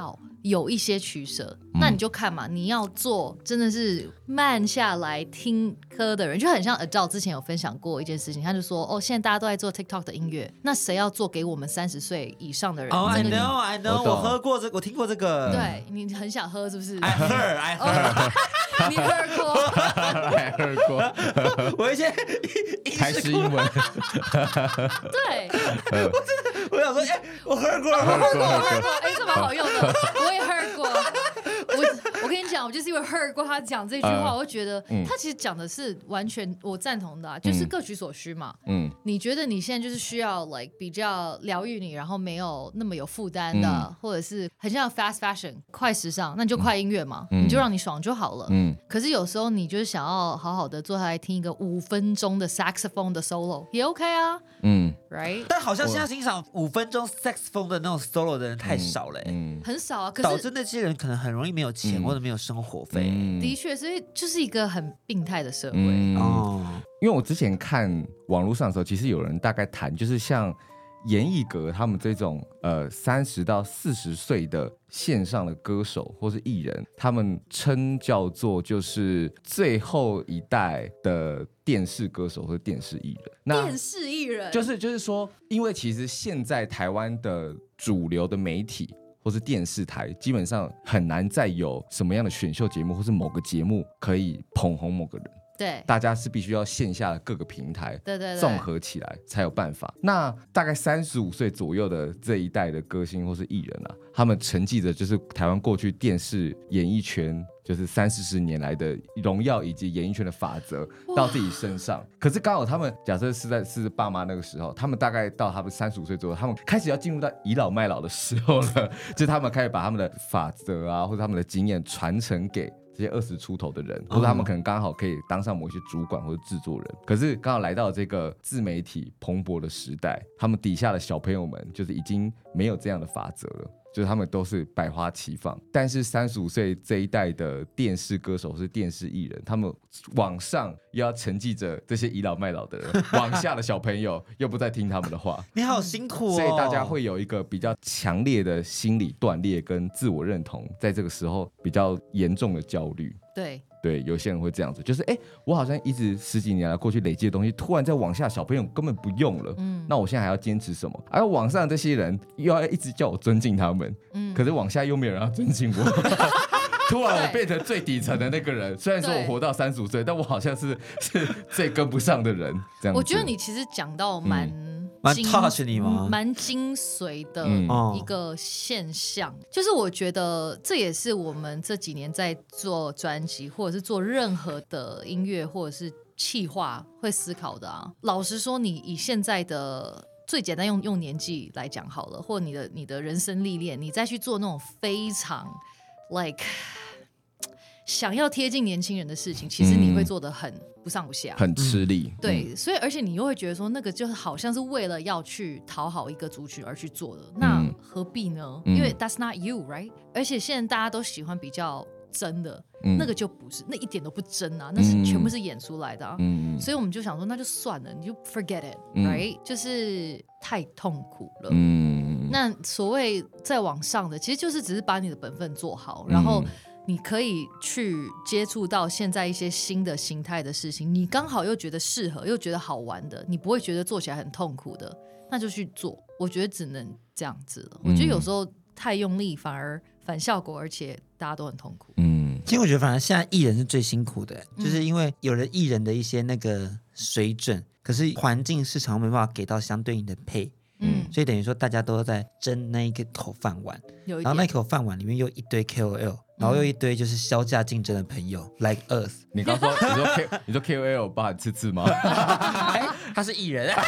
有一些取舍，嗯、那你就看嘛，你要做真的是慢下来听歌的人，就很像 Adele 之前有分享过一件事情，他就说哦，现在大家都在做 TikTok 的音乐，那谁要做给我们三十岁以上的人？ 哦、oh, ，I 个 know, I know， 我, 我喝过这，我听过这个。 对，你很想喝是不是 ？I heard, I heard， 你喝过？ 还喝过？ 我一些台式英文。 对， 我真的，我想说，哎、欸，我喝过， 我喝过，我喝过，哎、欸，这蛮好用的，我也喝过。我我跟你讲，我就是因为 heard 过他讲这句话，呃、我就觉得、嗯、他其实讲的是完全我赞同的、啊，就是各取所需嘛。嗯，你觉得你现在就是需要 like 比较疗愈你，然后没有那么有负担的、嗯，或者是很像 fast fashion 快时尚，那你就快音乐嘛、嗯，你就让你爽就好了。嗯，可是有时候你就是想要好好的坐下来听一个五分钟的 saxophone 的 solo 也 OK 啊。嗯 ，right。 但好像现在欣赏五分钟 saxophone 的那种 solo 的人太少了、欸嗯，很少啊。可是导致那些人可能很容易没有钱、嗯、或者没有生活费、欸嗯。的确，所以就是一个很病态的社会、 嗯、哦。因为我之前看网络上的时候，其实有人大概谈，就是像严艺格他们这种呃三十到四十岁的线上的歌手或是艺人，他们称叫做就是最后一代的电视歌手或者电视艺人。 那电视艺人就是就是说，因为其实现在台湾的主流的媒体或是电视台，基本上很难再有什么样的选秀节目或是某个节目可以捧红某个人。 对， 大家是必须要线下的各个平台对对对综合起来才有办法。那大概三十五岁左右的这一代的歌星或是艺人啊，他们承继着就是台湾过去电视演艺圈就是三四十年来的荣耀以及演艺圈的法则到自己身上。可是刚好他们假设是在是爸妈那个时候，他们大概到他们三十五岁左右，他们开始要进入到倚老卖老的时候了，就是他们开始把他们的法则啊或者他们的经验传承给这些二十出头的人，或者他们可能刚好可以当上某些主管或者制作人，可是刚好来到这个自媒体蓬勃的时代，他们底下的小朋友们就是已经没有这样的法则了，就是他们都是百花齐放。但是三十五岁这一代的电视歌手或是电视艺人，他们往上又要承继着这些倚老卖老的人，往下的小朋友又不再听他们的话， 你好辛苦哦。 所以大家会有一个比较强烈的心理断裂跟自我认同，在这个时候比较严重的焦虑。 对对，有些人会这样子，就是哎，我好像一直十几年来过去累积的东西，突然在往下，小朋友根本不用了，嗯，那我现在还要坚持什么？而往上这些人又要一直叫我尊敬他们，嗯，可是往下又没有人要尊敬我。突然我变成最底层的那个人，虽然说我活到三十五岁，但我好像是是最跟不上的人。这样子， 我觉得你其实讲到蛮。嗯蛮 touch 你吗？ 蛮精髓的一个现象、嗯，就是我觉得这也是我们这几年在做专辑或者是做任何的音乐或者是企划会思考的啊。老实说，你以现在的最简单用用年纪来讲好了，或你的你的人生历练，你再去做那种非常 like 想要贴近年轻人的事情，其实你会做得很不上不下， 很吃力。 嗯、对、嗯，所以而且你又会觉得说，那个就是好像是为了要去讨好一个族群而去做的，那何必呢？嗯、因为 that's not you, right？ 而且现在大家都喜欢比较真的，嗯、那个就不是，那一点都不真啊，那是全部是演出来的啊。嗯、所以我们就想说，那就算了，你就 forget it，right？、嗯、就是太痛苦了。嗯，那所谓再往上的，其实就是只是把你的本分做好，然后。你可以去接触到现在一些新的形态的事情，你刚好又觉得适合，又觉得好玩的，你不会觉得做起来很痛苦的，那就去做。我觉得只能这样子了。嗯、我觉得有时候太用力反而反效果，而且大家都很痛苦。 嗯，其实我觉得反而现在艺人是最辛苦的，嗯、就是因为有了艺人的一些那个水准，可是环境市场没办法给到相对应的配。嗯，所以等于说大家都在争那一个口饭碗，然后那口饭碗里面又一堆 K O L， 然后又一堆就是销价竞争的朋友、嗯、，like us。 你刚说你说 K 你说 K O L 包含吃吃吗？ 哎，他是艺人。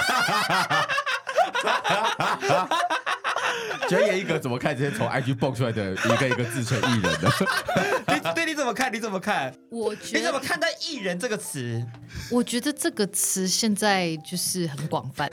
觉得严艺格怎么看这些从 I G 蹦出来的一个一个自称艺人的？ 你对你怎么看？你怎么看？ 我觉得你怎么看待艺人这个词？ 我觉得这个词现在就是很广泛。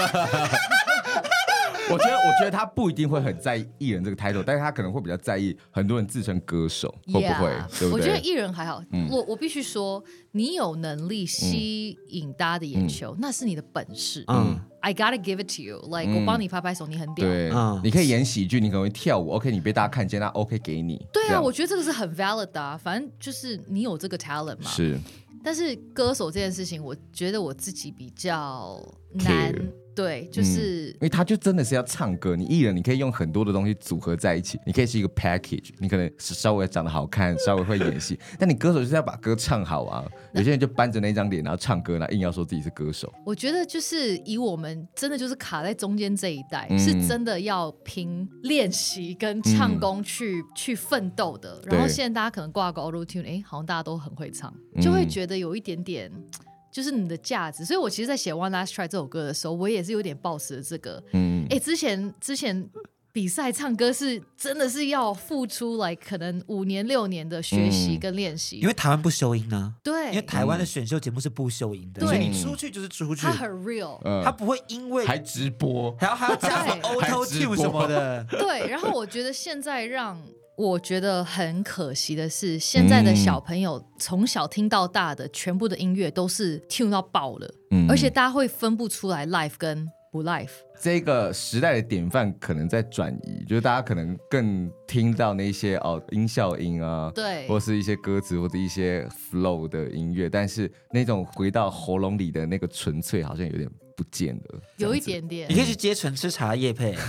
我觉得，我觉得他不一定会很在意艺人这个 title， 但是他可能会比较在意很多人自称歌手， yeah, 会不会？对不对？ 我觉得艺人还好，嗯、我我必须说，你有能力吸引大家的眼球，嗯、那是你的本事。嗯 I I gotta give it to you， like、嗯、我帮你拍拍手，你很屌。 对、嗯，你可以演喜剧，你可能会跳舞 ，OK， 你被大家看见，那 OK 给你。 对啊，我觉得这个是很 valid 的、啊，反正就是你有这个 talent 嘛。 是。 但是歌手这件事情，我觉得我自己比较难。Care.对，就是、嗯、 因为他就真的是要唱歌，你艺人你可以用很多的东西组合在一起，你可以是一个 package， 你可能是稍微长得好看，稍微会演戏，但你歌手就是要把歌唱好啊。有些人就搬着那张脸然后唱歌，然后硬要说自己是歌手。 我觉得就是以我们真的就是卡在中间这一代、嗯、是真的要凭练习跟唱功去、嗯、去奋斗的。然后现在大家可能挂个 auto tune， 哎，好像大家都很会唱，就会觉得有一点点。就是你的价值，所以我其实在写 One Last Try 这首歌的时候，我也是有点抱持了这个，嗯，哎，之前之前比赛唱歌是真的是要付出来，可能五年六年的学习跟练习、嗯， 因为台湾不修音啊， 对， 因为台湾的选秀节目是不修音的，所以你出去就是出去， 它很 real，、 嗯、 它不会因为还直播， 还要还要加什么 auto tune 什么的， 对，然后我觉得现在让。我觉得很可惜的是，现在的小朋友从小听到大的全部的音乐都是 tune 到爆了、嗯、而且大家会分不出来 live 跟不 live。 这个时代的典范可能在转移，就是大家可能更听到那些哦音效音啊， 对， 或是一些歌词或者一些 flow 的音乐，但是那种回到喉咙里的那个纯粹好像有点不见了， 有一点点。 你可以去接纯吃茶业配。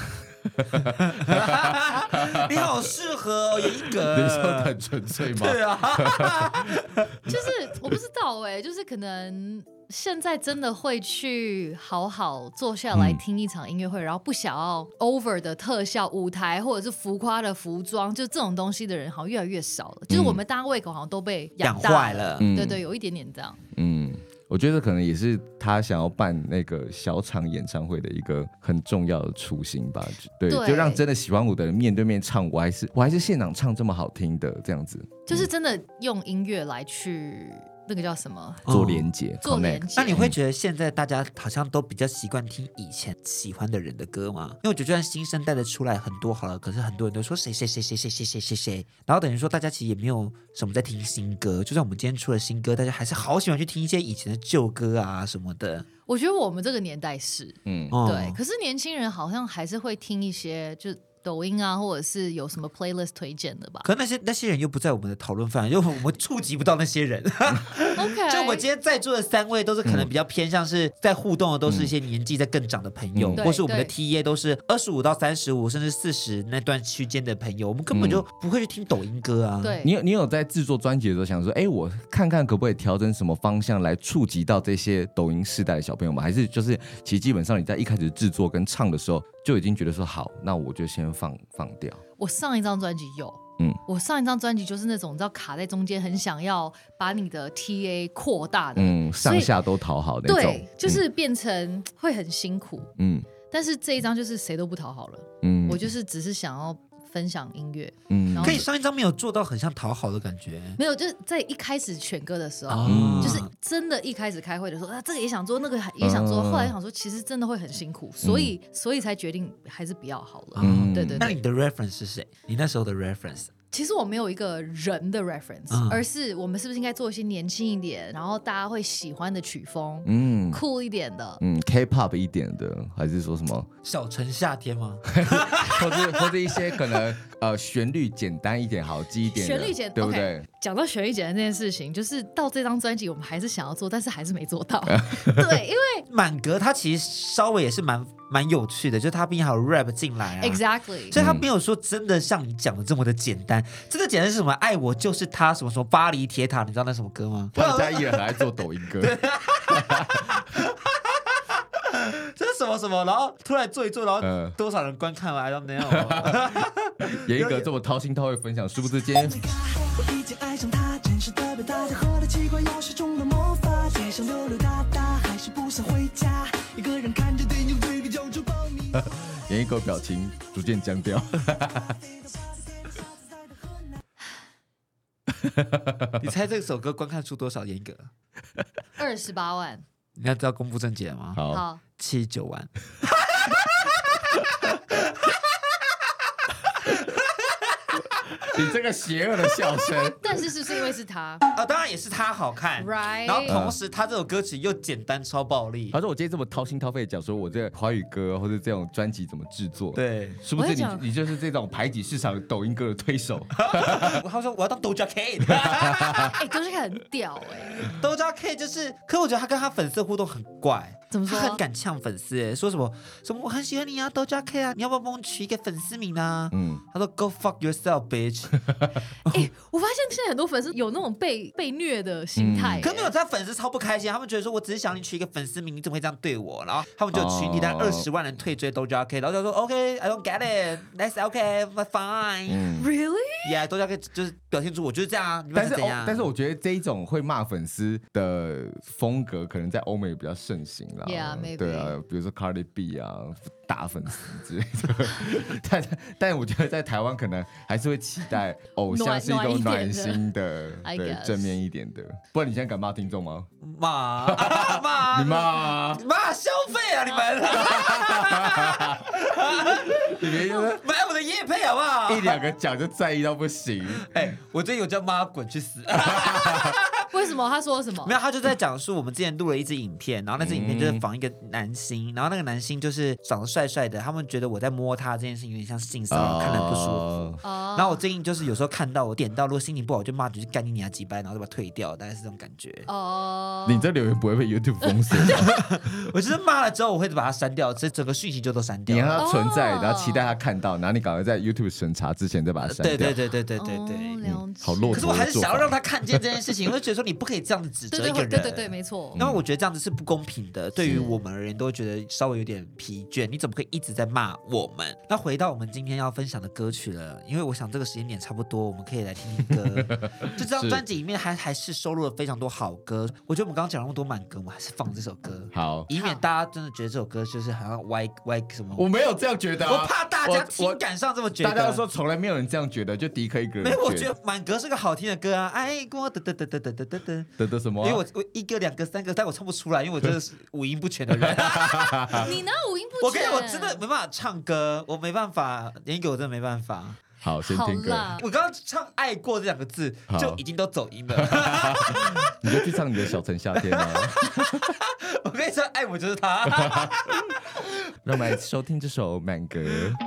你好适合哦，一个你说的很纯粹吗？ 对啊， 就是我不知道哎、欸，就是可能现在真的会去好好坐下来听一场音乐会、嗯，然后不想要 over 的特效、舞台或者是浮夸的服装，就这种东西的人好像越来越少了。嗯、就是我们大家胃口好像都被养大了， 了嗯、对对，有一点点这样。 嗯。我觉得可能也是他想要办那个小场演唱会的一个很重要的初心吧， 对， 对，就让真的喜欢我的人面对面唱，我还是我还是现场唱这么好听的这样子， 就是真的用音乐来去那个叫什么做连结、 嗯、做连结。 那你会觉得现在大家好像都比较习惯听以前喜欢的人的歌吗？因为我觉得就算新生代的出来很多好了，可是很多人都说谁谁谁谁谁谁谁谁谁，然后等于说大家其实也没有什么在听新歌，就算我们今天出了新歌，大家还是好喜欢去听一些以前的旧歌啊什么的。 我觉得我们这个年代是，嗯，对，可是年轻人好像还是会听一些就抖音啊，或者是有什么 playlist 推荐的吧？ 可是那些那些人又不在我们的讨论范围，因为我们触及不到那些人。 OK， 就我今天在座的三位都是可能比较偏向是在互动的，都是一些年纪在更长的朋友，嗯、或是我们的 T A 都是二十五到三十五，甚至四十那段区间的朋友，我们根本就不会去听抖音歌啊。 对， 你有你有在制作专辑的时候想说，哎，我看看可不可以调整什么方向来触及到这些抖音世代的小朋友吗？还是就是其实基本上你在一开始制作跟唱的时候就已经觉得说好，那我就先放放掉。 我上一张专辑有，嗯，我上一张专辑就是那种你知道卡在中间，很想要把你的 T A 扩大的， 嗯，上下都讨好那种， 对，就是变成会很辛苦，嗯，但是这一张就是谁都不讨好了，嗯，我就是只是想要分享音乐，嗯， 可以上一张没有做到很像讨好的感觉， 没有，就是在一开始选歌的时候，哦、就是真的一开始开会的时候，啊，这个也想做，那个也想做，哦、后来想说其实真的会很辛苦，所以、嗯、所以才决定还是不要好了，嗯、对对对。 那你的 reference 是谁？你那时候的 reference？ 其实我没有一个人的 reference，、嗯、而是我们是不是应该做一些年轻一点，然后大家会喜欢的曲风，嗯，酷一点的， 嗯 ，K-pop 一点的，还是说什么小城夏天吗？ 或者或者一些可能呃旋律简单一点、好记一点的， 旋律简单，对不对？讲、okay, 到旋律简单这件事情，就是到这张专辑我们还是想要做，但是还是没做到。对，因为满格它其实稍微也是蛮蛮有趣的，就是它毕竟还有 rap 进来啊 ，exactly， 所以它没有说真的像你讲的这么的简单。真的简单是什么？爱我就是他，什么什么巴黎铁塔，你知道那什么歌吗？ 他们家艺人很爱做抖音歌。 这是什么什么？然后突然做一做，然后多少人观看了 ？I don't know。 演一个这么掏心掏肺分享，殊不知今天。我已经爱上他，真实的表达，他喝了奇怪药水中的魔法，街上溜溜达达，还是不想回家，一个人看着电影，嘴里嚼着爆米花。演一个表情逐渐僵掉。 你猜这首歌观看数多少？严格二十八万。 你要知道公布正解吗？ 好， 七九万。 你这个邪恶的笑声。 但是是不是因为是他啊？当然也是他好看 ，right？ 然后同时他这首歌曲又简单超暴力。 他说我今天这么掏心掏肺的讲说我这华语歌或者这种专辑怎么制作， 对， 是不是你你就是这种排挤市场的抖音歌的推手？ 他说我要当 Doja Cat， 哎，Doja Cat 很屌哎 ，Doja Cat 就是，可我觉得他跟他粉丝互动很怪。 怎么说？ 他很敢呛粉丝，哎，说什么什么我很喜欢你啊 ，Doja Cat 啊，你要不要帮我取一个粉丝名啊？嗯，他说 Go fuck yourself, bitch。 哎，我发现现在很多粉丝有那种被被虐的心态， 可没有，他粉丝超不开心，他们觉得说我只是想你取一个粉丝名，你怎么会这样对我？然后他们就群体，但二十万人退追 Doja Cat， 然后就说 OK，I don't get it，that's okay，but fine。Really？Yeah， Doja Cat 就是表现出我就是这样啊，你们是怎样？ 但是我觉得这一种会骂粉丝的风格，可能在欧美比较盛行。 Yeah, maybe. 对啊，比如说 Cardi B 啊，打粉丝之类的。但但我觉得在台湾可能还是会期待偶像是一种暖心的，对，正面一点的。不然你现在敢骂听众吗？ 骂骂， 你骂骂消费啊你们！ 你别买我的业配好不好？ 一两个奖就在意到不行。 哎，我最近有叫妈滚去死。 为什么？他说什么？ 没有，他就在讲述我们之前录了一支影片，然后那支影片就是仿一个男星，然后那个男星就是长得帅帅的，他们觉得我在摸他这件事情有点像性骚扰，看得很不舒服。然后我最近就是有时候看到我点到，如果心情不好，我就骂，就是干你娘几掰，然后就把它退掉，大概是这种感觉。 哦， 你这留言不会被 YouTube 封锁？ 我就是骂了之后，我会把它删掉，这整个讯息就都删掉。 你让它存在，然后期待他看到，然后你赶快在 YouTube 审查之前再把它删掉。 对对对对对对对， 嗯， 好落。 可是我还是想要让他看见这件事情，我就觉得说你不可以这样子指责一个人。 对对对，没错。 因为我觉得这样子是不公平的，对于我们而言都会觉得稍微有点疲倦。你怎么可以一直在骂我们？那回到我们今天要分享的歌曲了，因为我想这个时间点差不多，我们可以来听听歌。就这张专辑里面还还是收录了非常多好歌。我觉得我们刚刚讲那么多满歌，我们还是放这首歌， 好， 以免大家真的觉得这首歌就是好像歪歪什么。 我没有这样觉得、啊， 我怕大家情感上这么觉得。 大家都说从来没有人这样觉得，就迪克一个人。 没有，我觉得满歌是个好听的歌啊，爱过的的的的的的的的的的什么、啊？ 因为我我一个两个三个，但我唱不出来，因为我真的是五音不全的人。 你哪五音不全？ 我跟你讲，我真的没办法唱歌，我没办法，连一个我真的没办法。 好，先听歌。 我刚刚唱“爱过”这两个字就已经都走音了。 你就去唱你的《小城夏天》啊！ 我跟你说，爱我就是他。 让我们来收听这首满歌。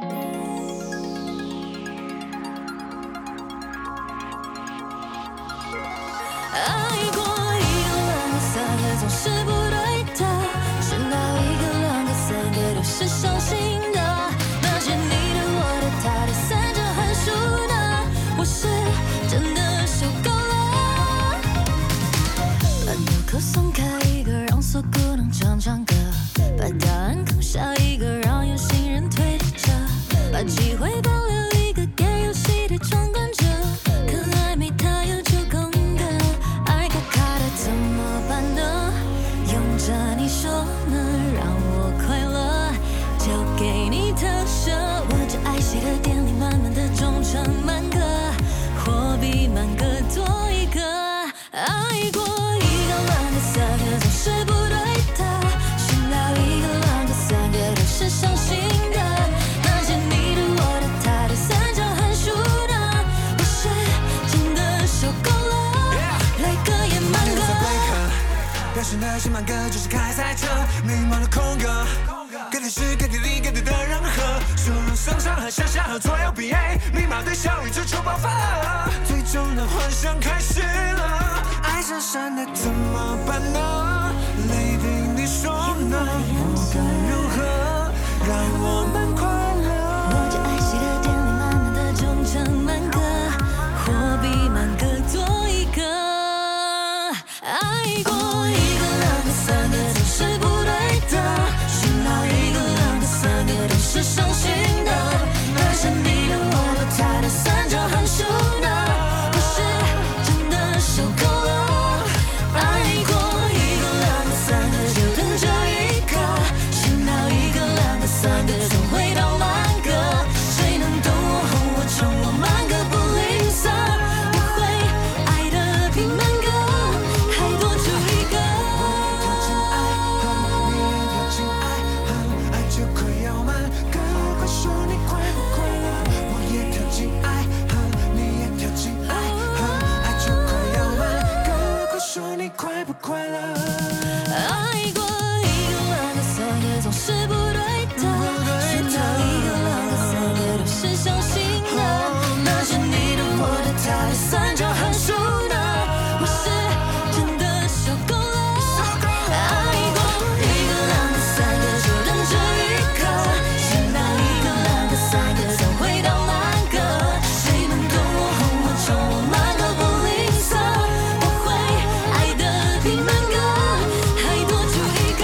爱过一个两个三个总是不对的，选到一个两个三个都是伤心的。那些你的我的他的三者函数呢？我是真的受够了。把纽扣松开一个，让锁骨能唱唱歌，把答案空下一个，让有心人推着，把机会保留一个给游戏的闯关者。可爱没他有九宫格，爱卡卡的怎么办呢？用着你说呢，让我快乐，交给你特赦。我只爱写的典礼，满满的忠诚满格，货币满格多一个。爱过一个两个三个总是不对的，选到一个两个三个都是伤心的。那些你的我的他的三角函数呢？我是真的受够了，来个也满格。表示那些满格就是开赛车，迷茫的空格，各地是各地里各地的人和，输入上上和下下和左右 B A， 密码对小宇宙求爆发，最终的幻想开始了，爱上闪的怎么办呢？雷霆你说呢？我该如何让我们快乐？我只爱写的典礼，满满的忠诚满格，货币满格多一个。爱过一个两个三个总是不对的，选到一个两个三个都是伤心的。那些你的我的他的三角函数呢？我是真的受够了。爱过一个两个三个就等着一个，选到一个两个三个总会到满格。谁能懂我哄我宠我满格不吝啬？我会爱的比满格还多出一个。 快不快乐？ 爱过一个两个三个总是不对的，选到一个两个三个都是相信的，那是你的我的他的三角函数呢，我是真的受够了。爱过一个两个三个就等这一刻，选到一个两个三个再回到那个，谁能懂我哄我宠我满个不吝啬，我会爱得比满个还多出一个。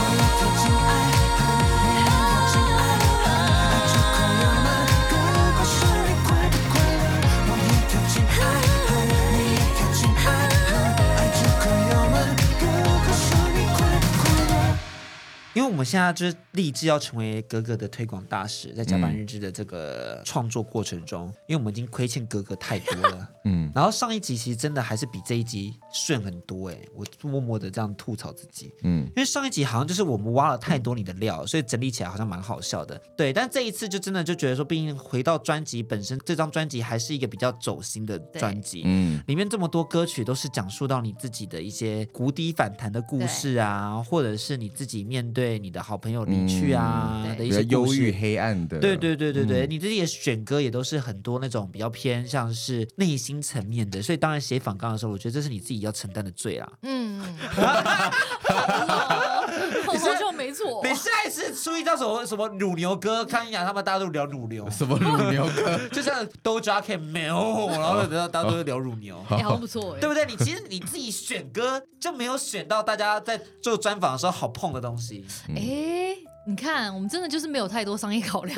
因为我们现在就是立志要成为格格的推广大使，在甲板日志的这个创作过程中，因为我们已经亏欠格格太多了，嗯，然后上一集其实真的还是比这一集顺很多哎、欸，我默默的这样吐槽自己，嗯，因为上一集好像就是我们挖了太多你的料，所以整理起来好像蛮好笑的，对，但这一次就真的就觉得说，毕竟回到专辑本身，这张专辑还是一个比较走心的专辑，嗯，里面这么多歌曲都是讲述到你自己的一些谷底反弹的故事啊，或者是你自己面对。对你的好朋友离去啊、嗯、的一些忧郁黑暗的， 对对对对对、嗯，你自己的选歌也都是很多那种比较偏向是内心层面的，所以当然写访纲的时候，我觉得这是你自己要承担的罪啦。嗯， 好像没错。 你下一次出一张什么什么乳牛歌，看一下他们大家都聊乳牛， 什么乳牛歌， 就像 Doja Cat 没有，然后大家都聊乳牛， 哎、欸，好不错哎， 对不对？你其实你自己选歌就没有选到大家在做专访的时候好碰的东西。 哎、欸，你看，我们真的就是没有太多商业考量。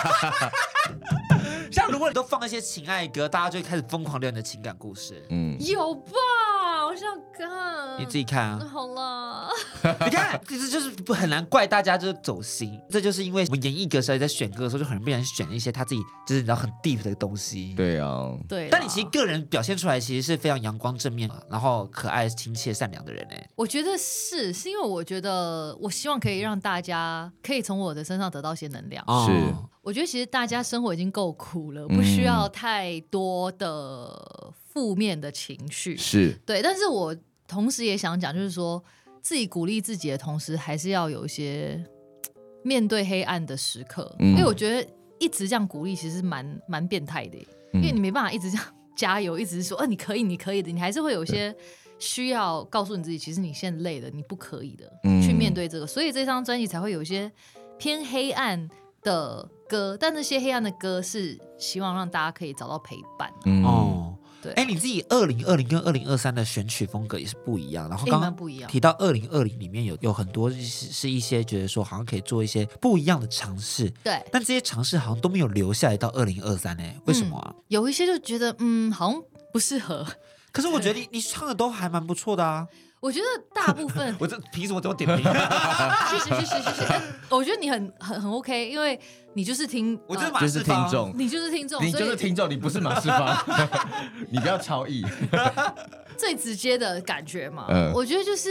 像如果你都放一些情爱歌，大家就会开始疯狂聊你的情感故事。 嗯，有吧？我想看， 你自己看啊。 好了， 你看，其实就是很难怪大家就是走心，这就是因为我们演艺歌手在选歌的时候，就很容易被人选一些他自己就是你知道很 deep 的东西。 对啊， 对。 但你其实个人表现出来其实是非常阳光正面，然后可爱、亲切、善良的人哎。 我觉得是，是因为我觉得我希望可以让大家可以从我的身上得到些能量。 是。 我觉得其实大家生活已经够苦了，不需要太多的负面的情绪。 是对，但是我同时也想讲，就是说自己鼓励自己的同时，还是要有一些面对黑暗的时刻。嗯、因为我觉得一直这样鼓励，其实蛮蛮变态的、嗯，因为你没办法一直这样加油，一直说，呃，你可以，你可以的，你还是会有些需要告诉你自己，其实你现在累了，你不可以的，嗯、去面对这个。所以这张专辑才会有一些偏黑暗的歌，但那些黑暗的歌是希望让大家可以找到陪伴。 嗯、哦，对，哎，你自己二零二零跟二零二三的选曲风格也是不一样，然后刚刚提到二零二零里面有有很多是是一些觉得说好像可以做一些不一样的尝试， 对， 但这些尝试好像都没有留下来到二零二三哎，为什么啊、 嗯？有一些就觉得嗯好像不适合， 可是我觉得你你唱的都还蛮不错的啊。 我觉得大部分， 我这凭什么这么点评？ 谢谢谢谢谢谢。我觉得你很很很 OK， 因为你就是听， 我就是马世芳，就是听众， 你就是听众， 你就是听众，你不是马世芳，你不要超译。 最直接的感觉嘛，嗯、我觉得就是，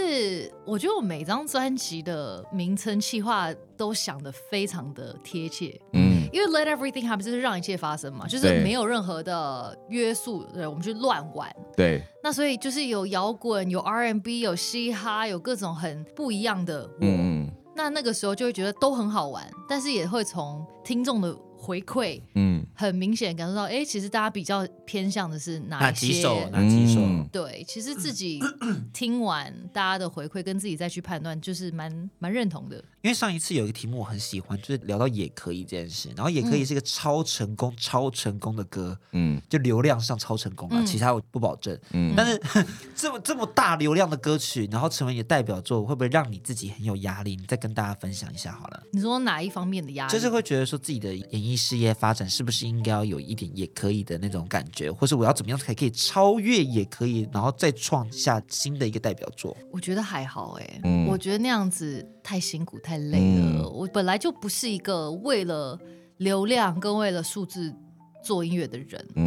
我觉得我每张专辑的名称、企划都想得非常的贴切，嗯，因为 Let Everything Happen 就是让一切发生嘛，就是没有任何的约束，对，我们去乱玩， 对， 那所以就是有摇滚、有 R and B、有嘻哈，有各种很不一样的我，嗯，那那个时候就会觉得都很好玩，但是也会从听众的回馈，嗯，很明显感受到，哎，其实大家比较偏向的是哪一些？ 哪几首？哪几首？嗯、 对，其实自己听完大家的回馈，跟自己再去判断，就是蛮蛮认同的。 因为上一次有一个题目我很喜欢，就是聊到也可以这件事，然后也可以是一个超成功、嗯、超成功的歌，嗯，就流量上超成功了、嗯，其他我不保证，嗯，但是这么这么大流量的歌曲，然后成为你的代表作，会不会让你自己很有压力？你再跟大家分享一下好了。 你说哪一方面的压力？ 就是会觉得说自己的演艺事业发展是不是应该要有一点也可以的那种感觉，或是我要怎么样才可以超越也可以，然后再创下新的一个代表作？ 我觉得还好哎、欸嗯，我觉得那样子太辛苦太累了、嗯。我本来就不是一个为了流量跟为了数字做音乐的人，嗯，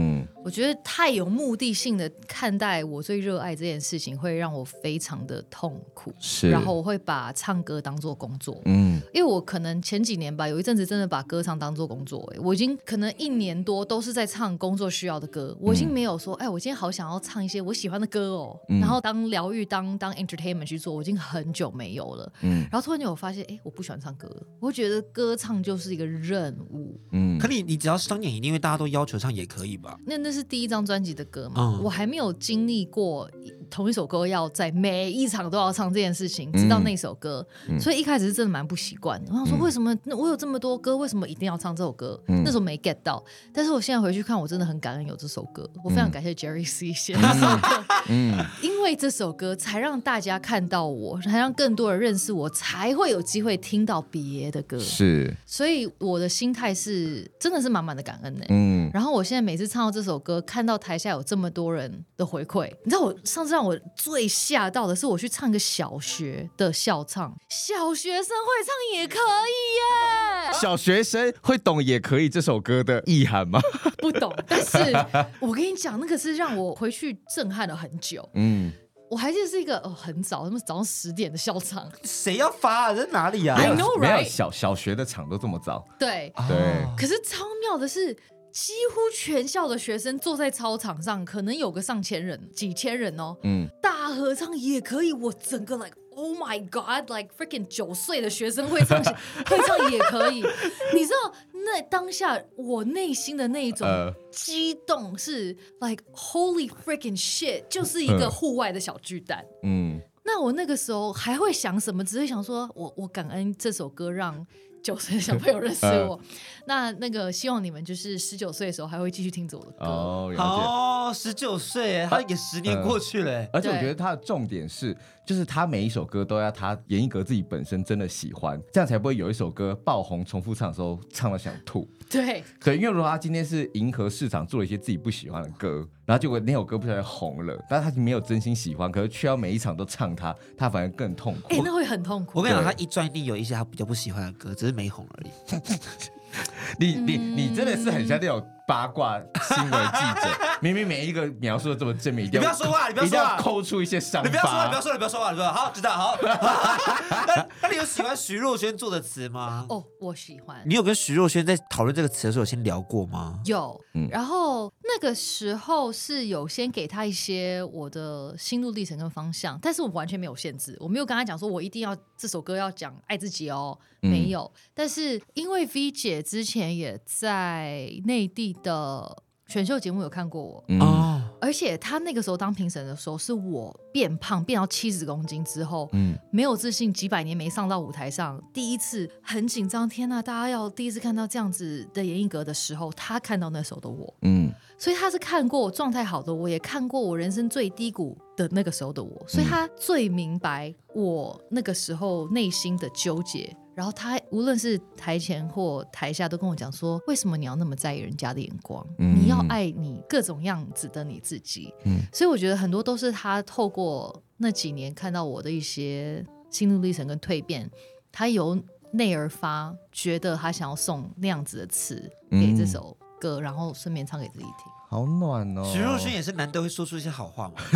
我觉得太有目的性的看待我最热爱这件事情，会让我非常的痛苦。 是， 然后我会把唱歌当做工作。 嗯， 因为我可能前几年吧，有一阵子真的把歌唱当做工作、欸。我已经可能一年多都是在唱工作需要的歌，我已经没有说，哎、嗯，我今天好想要唱一些我喜欢的歌哦，嗯、然后当疗愈、当当 entertainment 去做，我已经很久没有了。嗯，然后突然间我发现，哎，我不喜欢唱歌了，我会觉得歌唱就是一个任务。 嗯，可你你只要商演一定，因为大家都要求唱也可以吧？ 那那是第一张专辑的歌嘛、嗯，我还没有经历过同一首歌要在每一场都要唱这件事情，知道那首歌、嗯，所以一开始是真的蛮不习惯的。我想说，为什么我有这么多歌，为什么一定要唱这首歌？嗯、那时候没 get 到，但是我现在回去看，我真的很感恩有这首歌，我非常感谢 Jerry C 写这首歌，嗯，因为这首歌才让大家看到我，才让更多人认识我，才会有机会听到别的歌。 是， 所以我的心态是真的是满满的感恩呢、欸。嗯，然后我现在每次唱到这首歌，看到台下有这么多人的回馈，你知道我上次让我最吓到的是，我去唱个小学的校唱，小学生会唱也可以耶。 小学生会懂也可以这首歌的意涵吗？ 不懂，但是我跟你讲，那个是让我回去震撼了很久。嗯。我还记得是一个、哦、很早，早上十点的校场， 谁要发啊？在哪里啊？ I know, right? 没有小小学的场都这么早。 对对、哦， 可是超妙的是，几乎全校的学生坐在操场上，可能有个上千人、几千人哦。嗯，大合唱也可以，我整个 like oh my god like freaking 九岁的学生会唱会唱也可以，你知道那当下我内心的那一种激动是 like holy freaking shit， 就是一个户外的小巨蛋。嗯，那我那个时候还会想什么？只会想说我我感恩这首歌让九岁的小朋友认识我、呃、那那个希望你们就是十九岁的时候还会继续听着我的歌。 哦，好，十九岁他也十年过去了、呃、 而且我觉得他的重点是就是他每一首歌都要他严艺格自己本身真的喜欢，这样才不会有一首歌爆红重复唱的时候唱了想吐。 对对，因为如果他今天是迎合市场做了一些自己不喜欢的歌，然后结果那首歌不小心红了，但是他没有真心喜欢，可是却要每一场都唱他，他反而更痛苦。 哎、欸，那会很痛苦。 我跟你讲，他一转一定有一些他比较不喜欢的歌，只是没红而已。 你你你真的是很像那种八卦新闻记者，明明每一个描述的这么正面，一定要你不要说话，你不要说话， 一定要抠出一些伤疤。 你不要说话，你不要说，你不要说话，你不要好，知道好。那, 那你有喜欢徐若瑄做的词吗？ 哦，我喜欢。 你有跟徐若瑄在讨论这个词的时候有先聊过吗？ 有，嗯、然后那个时候是有先给他一些我的心路历程跟方向，但是我完全没有限制，我没有跟他讲说我一定要这首歌要讲爱自己哦。没有、嗯，但是因为 V 姐之前也在内地的选秀节目有看过我、嗯、而且她那个时候当评审的时候，是我变胖变到七十公斤之后、嗯，没有自信，几百年没上到舞台上，第一次很紧张，天哪，大家要第一次看到这样子的严艺格的时候，她看到那时候的我，嗯，所以她是看过我状态好的我，也看过我人生最低谷的那个时候的我，所以她最明白我那个时候内心的纠结。然后他无论是台前或台下都跟我讲说，为什么你要那么在意人家的眼光、嗯、你要爱你各种样子的你自己、嗯、所以我觉得很多都是他透过那几年看到我的一些心路历程跟蜕变，他由内而发觉得他想要送那样子的词给这首歌、嗯、然后顺便唱给自己听。 好暖哦。 徐若瑄也是难得会说出一些好话嘛。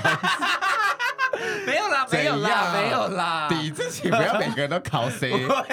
没有啦，没有啦，没有啦， 抵自己，不要每个人都考谁。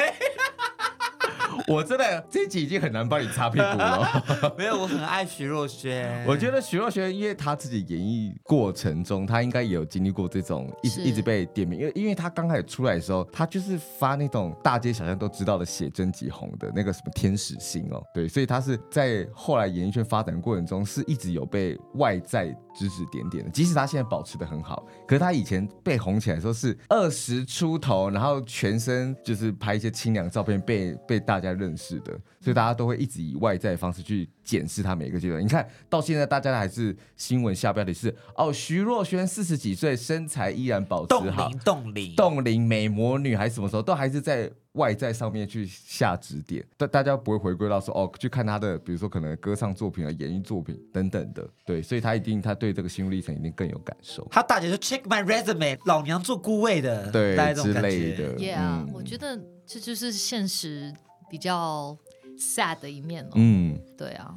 我真的这集已经很难帮你擦屁股了。 没有，我很爱徐若瑄。 我觉得徐若瑄，因为她自己演艺过程中，她应该也有经历过这种一直一直被点名，因为因为她刚开始出来的时候，她就是发那种大街小巷都知道的写真集红的那个什么天使星哦，对，所以她是在后来演艺圈发展的过程中，是一直有被外在指指点点的。即使她现在保持得很好，可是她以前被红起来的时候是二十出头，然后全身就是拍一些清凉照片，被被大家认识的，所以大家都会一直以外在的方式去检视他每一个阶段。你看到现在，大家还是新闻下标题是哦，徐若瑄四十几岁，身材依然保持好， 冻龄冻龄美魔女，还是什么时候都还是在外在上面去下指点，但大家不会回归到说哦，去看他的，比如说可能歌唱作品啊、演艺作品等等的，对，所以他一定他对这个心路历程一定更有感受。 他大姐就 check my resume， 老娘做顾问的， 对之类的。 Yeah，、嗯、我觉得这就是现实比较 sad 的一面哦。 嗯， 对啊。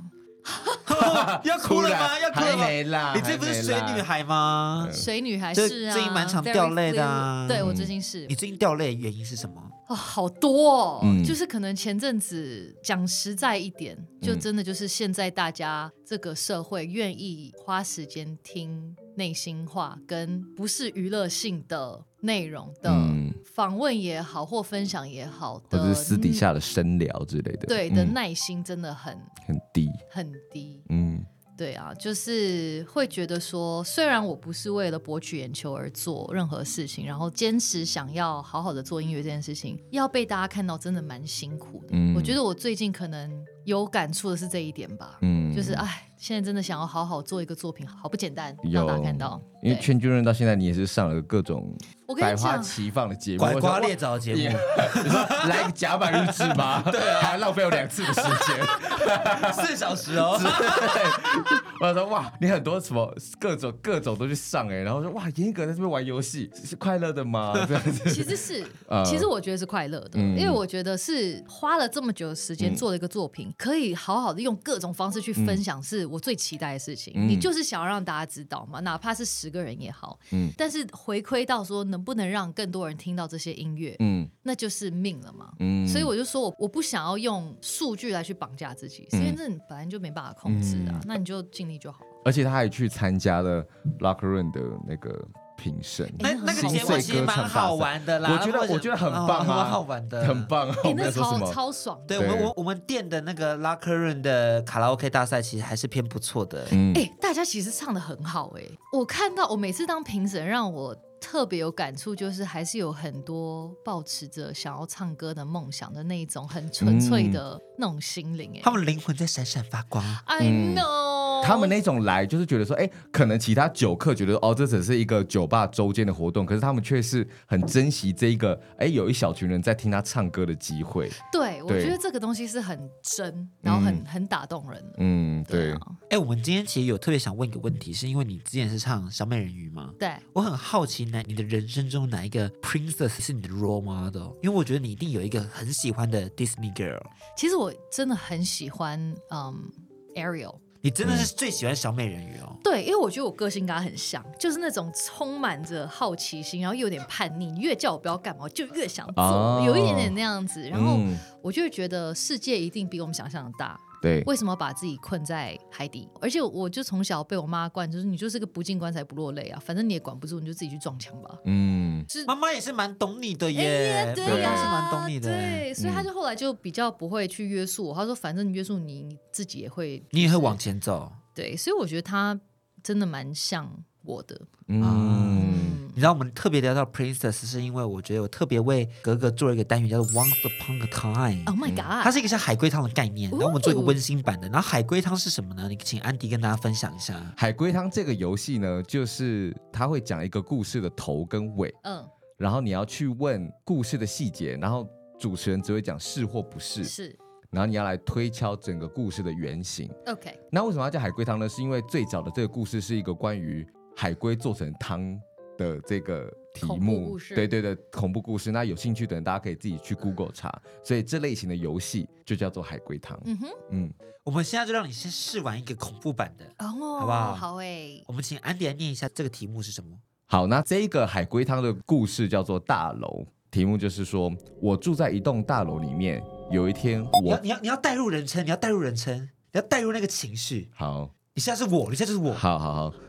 要哭了吗？要哭了还吗？ 没啦， 你最近不是水女孩吗？ 水女孩就是啊， 最近蛮常掉泪的啊。 对我最近是。 你最近掉泪的原因是什么？ 哦，好多哦， 嗯就是可能前阵子讲实在一点，就真的就是现在大家这个社会愿意花时间听内心话，跟不是娱乐性的内容的嗯访问也好，或分享也好的， 或者是私底下的深聊之类的， 对的嗯耐心真的很很低， 很低。 嗯对啊，就是会觉得说，虽然我不是为了博取眼球而做任何事情，然后坚持想要好好的做音乐这件事情，要被大家看到，真的蛮辛苦的。 嗯我觉得我最近可能有感触的是这一点吧， 嗯， 就是哎，现在真的想要好好做一个作品，好不简单， 有让大家看到。 因为对圈军人到现在你也是上了各种我跟百花你讲， 齐放的节目， 拐我说瓜裂枣的节目， 你说来个甲板日志吗？对啊，还浪费我两次的时间， 四小时哦。 我说哇，你很多什么各种各种都去上哎、欸，然后说哇，严格在这边玩游戏是快乐的吗？这样子， 其实是， 呃其实我觉得是快乐的， 嗯因为我觉得是花了这么久的时间做了一个作品，可以好好的用各种方式去分享，是我最期待的事情。 嗯你就是想要让大家知道嘛，哪怕是十个人也好， 嗯但是回馈到说能不能让更多人听到这些音乐， 嗯那就是命了嘛。 嗯所以我就说我我不想要用数据来去绑架自己，因为这本来就没办法控制啊， 嗯那你就尽力就好了。 而且他还去参加了 Locker Room 的那个评审， 那那个节目其实蛮好玩的啦， 我觉得我觉得很棒啊， 蛮好玩的， 很棒啊。 哎、 我没那超有说什么， 超爽的。 对我们我我们店的那个 Locker Room 的卡拉 OK 大赛，其实还是偏不错的。 嗯哎、大家其实唱的很好哎、我看到我每次当评审，让我特别有感触，就是还是有很多抱持着想要唱歌的梦想的那一种很纯粹的那种心灵哎、 他们灵魂在闪闪发光。 I know，、 他们那种来就是觉得说，哎，可能其他酒客觉得哦，这只是一个酒吧周间的活动，可是他们却是很珍惜这一个，哎，有一小群人在听他唱歌的机会。 对，我对觉得这个东西是很真，然后很、 嗯很打动人的。 嗯，对， 啊， 哎，我们今天其实有特别想问一个问题，是因为你之前是唱小美人鱼吗？ 对， 我很好奇哪你的人生中哪一个 princess 是你的 role model？因为我觉得你一定有一个很喜欢的 Disney girl。 其实我真的很喜欢嗯 Ariel。 你真的是最喜欢小美人鱼哦？ 对，因为我觉得我个性跟他很像，就是那种充满着好奇心，然后又有点叛逆。你越叫我不要干嘛，我就越想做， 哦有一点点那样子。然后嗯我就会觉得世界一定比我们想象的大， 对， 为什么把自己困在海底？而且我就从小被我妈惯，就是你就是个不进棺材不落泪啊，反正你也管不住，你就自己去撞墙吧。 嗯， 是妈妈也是蛮懂你的哎耶， 呀， 妈对妈呀， 是蛮懂你的。 对，所以他就后来就比较不会去约束我。他说，反正约束你，你自己也会， 你也会往前走。 对，所以我觉得他真的蛮像我的。 嗯， 你知道我们特别聊到 princess，是因为我觉得我特别为格格做了一个单元，叫做 Once Upon a Time。 Oh my god！ 它是一个像海龟汤的概念，然后我们做一个温馨版的。然后海龟汤是什么呢？你请安迪跟大家分享一下。 海龟汤这个游戏呢，就是他会讲一个故事的头跟尾， 嗯， 然后你要去问故事的细节，然后主持人只会讲是或不是， 是然后你要来推敲整个故事的原型。 OK。 那为什么要叫海龟汤呢？是因为最早的这个故事是一个关于海龟做成汤的这个题恐怖目故，事对对对，恐怖故事。那有兴趣的人，大家可以自己去 Google 查。所以这类型的游戏就叫做海龟汤。 嗯哼， 嗯， 我们现在就让你先试玩一个恐怖版的。 哦， 好不好好诶。 我们请安迪来念一下这个题目是什么。 好，那这一个海龟汤的故事叫做大楼。题目就是说，我住在一栋大楼里面，有一天我你要你要你要带入人称，你要带入人称，你要带入那个情绪。 好， 你现在是我，你现在就是我。 好好好。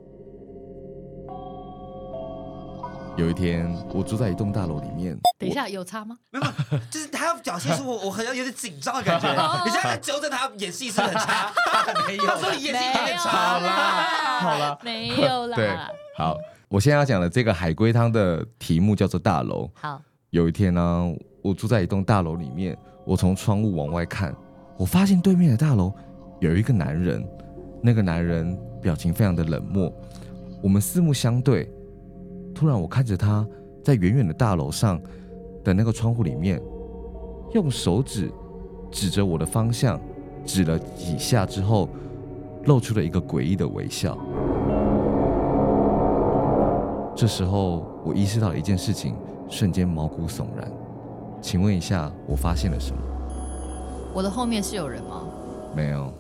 有一天，我住在一栋大楼里面。 等一下，有差吗？ 没有，没有就是他要表现出我我很有点紧张的感觉。你现在在纠正他演戏是不是很差？ 没有他说你演戏很没有差。 好啦，好啦， 没有啦。 对，好，我现在要讲的这个海龟汤的题目叫做大楼。 好， 有一天呢、我住在一栋大楼里面，我从窗户往外看，我发现对面的大楼有一个男人，那个男人表情非常的冷漠，我们四目相对，突然我看着他在远远的大楼上的那个窗户里面，用手指指着我的方向，指了几下之后，露出了一个诡异的微笑。这时候我意识到了一件事情，瞬间毛骨悚然。请问一下，我发现了什么？ 我的后面是有人吗？ 没有。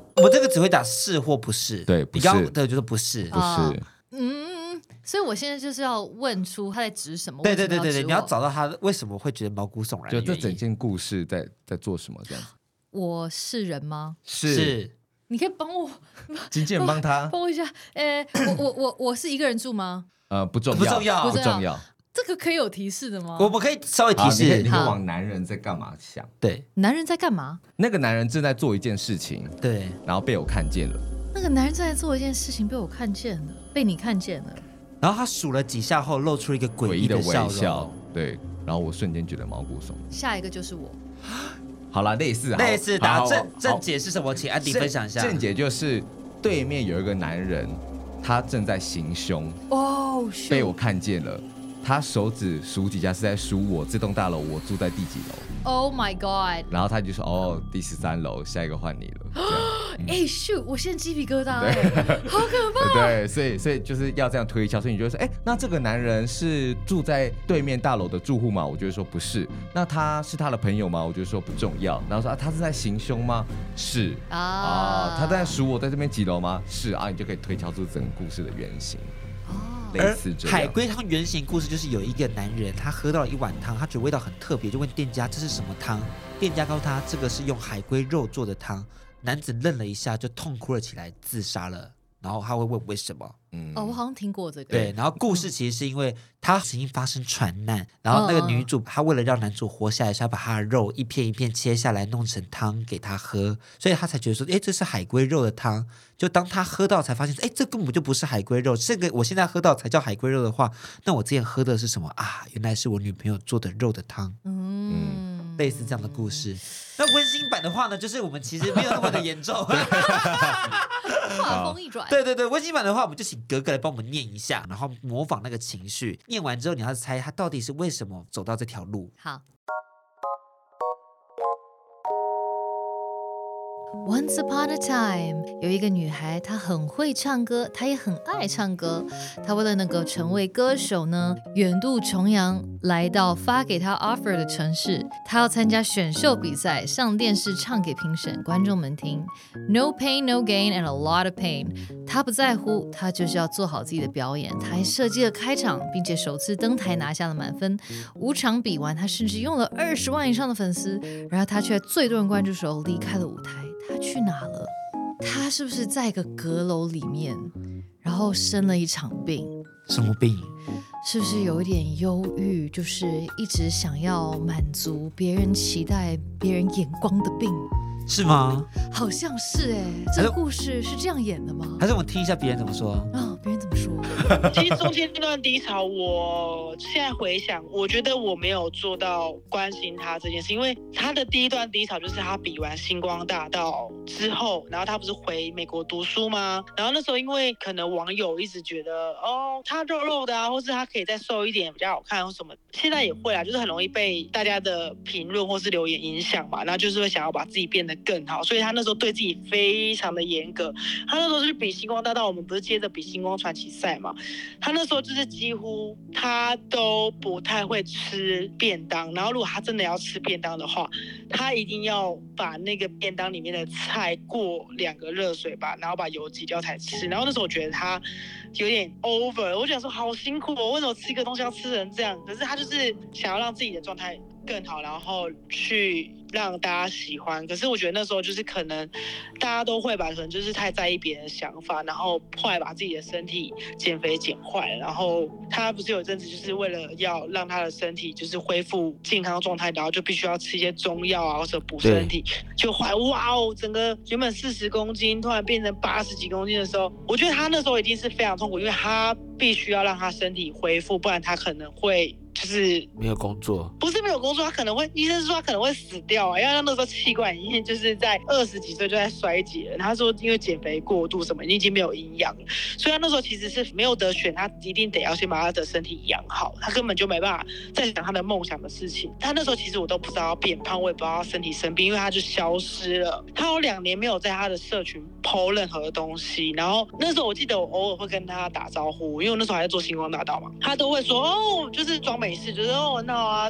我们这个只会打是或不是。 对，不是。 你刚刚的就是不是， 不是。 嗯，所以我现在就是要问出他在指什么。 对对对对对，你要找到他为什么会觉得毛骨悚然。 就这整件故事在在做什么这样子。 我是人吗？ 是。 是你可以帮我， 经纪人帮他帮我一下。呃，我我我我是一个人住吗？ 呃，不重要， 不重要， 不重要。 这个可以有提示的吗？ 我们可以稍微提示， 你可以往男人在干嘛想。 对， 男人在干嘛？ 那个男人正在做一件事情， 对， 然后被我看见了。 那个男人正在做一件事情，被我看见了，被你看见了。 然后他数了几下后，露出一个诡异的微笑。 对，然后我瞬间觉得毛骨悚然。 下一个就是我。 好了，类似类似，打正正解是什么？请安迪分享一下。 正解就是对面有一个男人，他正在行凶， 哦， 被我看见了。他手指数几下是在数我这栋大楼我住在第几楼。 Oh my god！ 然后他就说：“哦，第十三楼，下一个换你了。” 哎、欸，咻！我现在鸡皮疙瘩，哎，好可怕。 对，所以所以就是要这样推敲，所以你就会说：“哎、欸，那这个男人是住在对面大楼的住户吗？”我就会说不是。那他是他的朋友吗？我就说不重要。然后说啊，他是在行凶吗？是啊、啊。他在数我在这边几楼吗？是啊，你就可以推敲出整个故事的原型。 而海龟汤原型故事就是有一个男人，他喝到了一碗汤，他觉得味道很特别，就问店家这是什么汤。店家告诉他这个是用海龟肉做的汤。男子愣了一下，就痛哭了起来，自杀了。然后他会问为什么？ 嗯，哦，我好像听过这个。 对，然后故事其实是因为他曾经发生船难，然后那个女主她为了让男主活下来，所以把他的肉一片一片切下来，弄成汤给他喝，所以他才觉得说，哎，这是海龟肉的汤。就当他喝到才发现，哎，这根本就不是海龟肉，这个我现在喝到才叫海龟肉的话，那我之前喝的是什么啊？原来是我女朋友做的肉的汤。嗯，类似这样的故事。那温馨版的话呢，就是我们其实没有那么的严重。 话锋一转， 对对对，温馨版的话，我们就请格格来帮我们念一下，然后模仿那个情绪。念完之后，你要猜他到底是为什么走到这条路。 好。Once upon a time， 有一个女孩，她很会唱歌，她也很爱唱歌。她为了能够成为歌手呢，远渡重洋来到发给她 offer 的城市。她要参加选秀比赛，上电视唱给评审、观众们听。No pain, no gain, and a lot of pain。她不在乎，她就是要做好自己的表演。她还设计了开场，并且首次登台拿下了满分。五场比完，她甚至用了二十万以上的粉丝。然而她却在最多人关注的时候离开了舞台。他去哪了？他是不是在一个阁楼里面，然后生了一场病？ 什么病？ 是不是有一点忧郁？就是一直想要满足别人期待、别人眼光的病？ 是吗？ 好像是哎、欸，这个故事是这样演的吗？ 还是我们听一下别人怎么说？ 啊、哦，别人怎么说？ 其实中间那段低潮，我现在回想，我觉得我没有做到关心他这件事，因为他的第一段低潮就是他比完星光大道之后，然后他不是回美国读书吗？然后那时候因为可能网友一直觉得哦，他肉肉的啊，或是他可以再瘦一点比较好看或什么，现在也会啦，就是很容易被大家的评论或是留言影响嘛，然后就是会想要把自己变得更好，所以他那时候对自己非常的严格。他那时候是比星光大道，我们不是接着比星光传奇赛嘛？他那时候就是几乎他都不太会吃便当，然后如果他真的要吃便当的话，他一定要把那个便当里面的菜过两个热水吧，然后把油挤掉才吃。然后那时候我觉得他有点 over， 我就想说好辛苦哦，为什么吃一个东西要吃成这样？可是他就是想要让自己的状态更好，然后去让大家喜欢。可是我觉得那时候就是可能大家都会吧，可能就是太在意别人的想法，然后后来把自己的身体减肥减坏了。然后他不是有一阵子就是为了要让他的身体就是恢复健康状态，然后就必须要吃一些中药啊或者补身体，就怀哇哦，整个原本四十公斤突然变成八十几公斤的时候，我觉得他那时候一定是非常痛苦，因为他必须要让他身体恢复，不然他可能会就是没有工作， 不是没有工作，他可能会，医生说他可能会死掉、啊，因为他那时候气管已经就是在二十几岁就在衰竭了。他说因为减肥过度什么，已经没有营养了，所以他那时候其实是没有得选，他一定得要先把他的身体养好，他根本就没办法再想他的梦想的事情。他那时候其实我都不知道要变胖，我也不知道他身体生病，因为他就消失了。他有两年没有在他的社群 po 任何东西，然后那时候我记得我偶尔会跟他打招呼，因为我那时候还在做星光大道嘛，他都会说哦，就是装没事，就是哦闹啊怎么他在干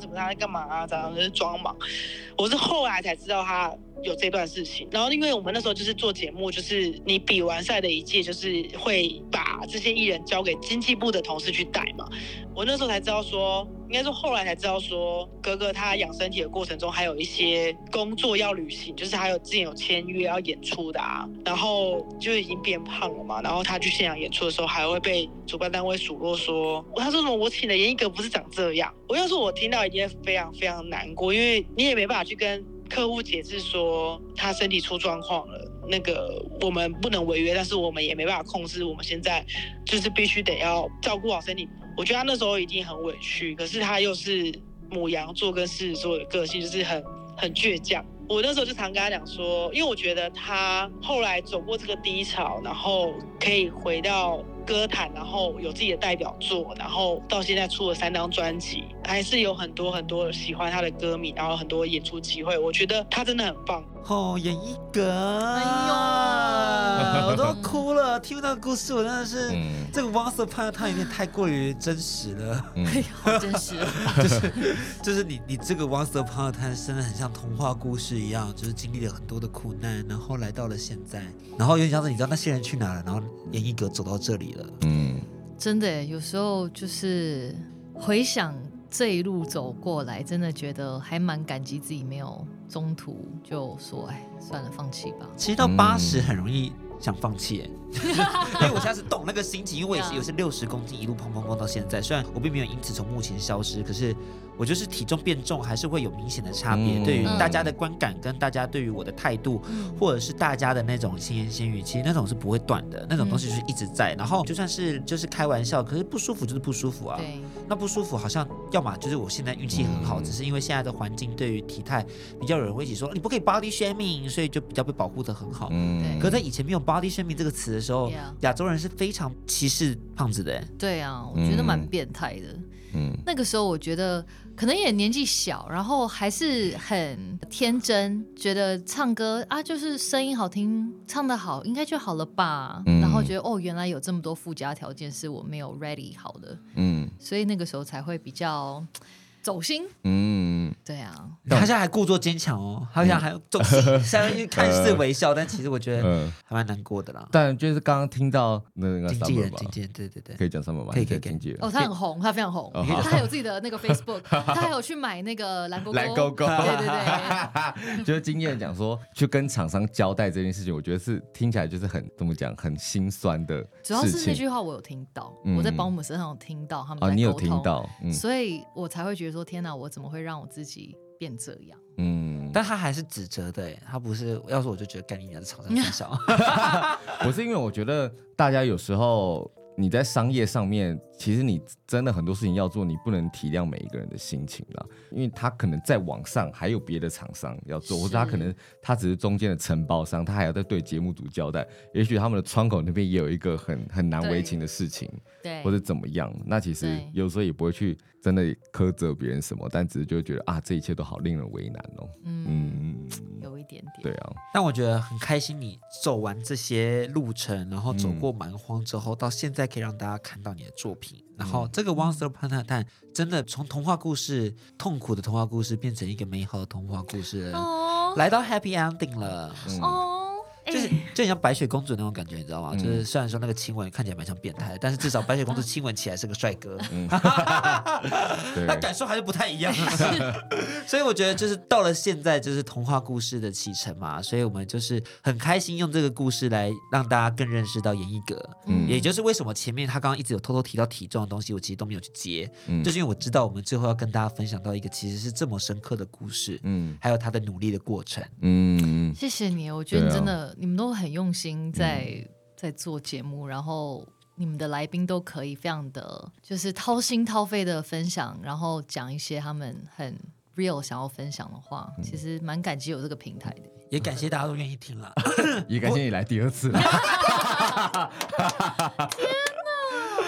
嘛啊？这样就是装忙。我是后来才知道他有这段事情，然后因为我们那时候就是做节目，就是你比完赛的一届，就是会把这些艺人交给经纪部的同事去带嘛。我那时候才知道说，应该说后来才知道说，哥哥他养身体的过程中还有一些工作要履行，就是还有之前有签约要演出的啊，然后就已经变胖了嘛，然后他去现场演出的时候还会被主办单位数落说，他说什么我请的严艺格不是长这样。我要说我听到一定非常非常难过，因为你也没办法去跟客户解释说他身体出状况了，那个我们不能违约，但是我们也没办法控制，我们现在就是必须得要照顾好身体。我觉得他那时候一定很委屈，可是他又是牡羊座跟狮子座的个性，就是很很倔强。我那时候就常跟他讲说，因为我觉得他后来走过这个低潮，然后可以回到歌坛，然后有自己的代表作，然后到现在出了三张专辑，还是有很多很多喜欢他的歌迷，然后很多演出机会，我觉得他真的很棒。 哦，严艺格，哎呦，我都哭了。听那个故事，我真的是、嗯、这个 Once Upon a Time 有点太过于真实了。 嗯、哎呀，好真实， 就是就是你你这个 Once Upon a Time 真的很像童话故事一样，就是经历了很多的苦难，然后来到了现在，然后有点像是你知道那些人去哪了，然后严艺格走到这里了。嗯， 真的，有时候就是回想这一路走过来，真的觉得还蛮感激自己没有中途就说哎算了放弃吧。 其实到八十很容易想放弃、欸因为我现在是懂那个心情，因为我也是有些六十公斤一路砰砰砰到现在，虽然我并没有因此从目前消失，可是我就是体重变重还是会有明显的差别、嗯、对于大家的观感跟大家对于我的态度、嗯、或者是大家的那种闲言闲语，其实那种是不会断的，那种东西就是一直在、嗯、然后就算是就是开玩笑，可是不舒服就是不舒服啊。 对，那不舒服好像要么就是我现在运气很好、嗯、只是因为现在的环境对于体态比较有人会一起说你不可以 body shaming， 所以就比较被保护得很好、嗯、可是在以前没有 body shaming 这个词的时候，亚洲人是非常歧视胖子的、欸、 对啊，我觉得蛮变态的。嗯，那个时候我觉得可能也年纪小，然后还是很天真，觉得唱歌啊就是声音好听，唱得好应该就好了吧、嗯、然后觉得哦原来有这么多附加条件是我没有 ready 好的，嗯，所以那个时候才会比较走心。嗯，对啊， 他现在还故作坚强哦，他现在还走心，虽然看似微笑，但其实我觉得还蛮难过的啦。 但就是刚刚听到那个经纪人，经纪人，对对对， 可以讲什么吗？ 可以可以可以。 哦，他很红，他非常红，他还有自己的那个 Facebook， 他还有去买那个蓝勾勾， 蓝勾勾， 对对对。 就是经纪人讲说，去跟厂商交代这件事情，我觉得是听起来就是很怎么讲，很心酸的事情。 主要是那句话我有听到，嗯、我在保姆身上有听到他们在沟通， 哦，你有听到， 嗯、所以我才会觉得说，天哪，我怎么会让我自己变这样？ 嗯，但他还是指责的，他不是。要是我就觉得干你娘的厂商分享。 不是因为我觉得大家有时候你在商业上面，其实你真的很多事情要做，你不能体谅每一个人的心情啦，因为他可能在网上还有别的厂商要做，或者他可能他只是中间的承包商，他还要在对节目组交代，也许他们的窗口那边也有一个很很难为情的事情， 对， 或者怎么样，那其实有时候也不会去真的苛责别人什么，但只是就会觉得啊，这一切都好令人为难哦。嗯， 嗯有一点点。 对啊， 但我觉得很开心，你走完这些路程，然后走过蛮荒之后，嗯、到现在可以让大家看到你的作品。然后这个 Once Upon a Time 真的从童话故事、痛苦的童话故事变成一个美好的童话故事了，哦、来到 Happy Ending 了。嗯、哦。就是就很像白雪公主那种感觉，你知道吗？嗯、就是虽然说那个亲吻看起来蛮像变态，但是至少白雪公主亲吻起来是个帅哥，嗯、那感受还是不太一样。所以我觉得就是到了现在，就是童话故事的启程嘛，所以我们就是很开心用这个故事来让大家更认识到严艺格。嗯，也就是为什么前面他刚刚一直有偷偷提到体重的东西，我其实都没有去接，嗯、就是因为我知道我们最后要跟大家分享到一个其实是这么深刻的故事，嗯，还有他的努力的过程。嗯， 谢谢你，我觉得你真的。你们都很用心在、嗯、在做节目，然后你们的来宾都可以非常的就是掏心掏肺的分享，然后讲一些他们很 real 想要分享的话，嗯、其实蛮感激有这个平台的， 也感谢大家都愿意听了， 也感谢你来第二次了。 天哪！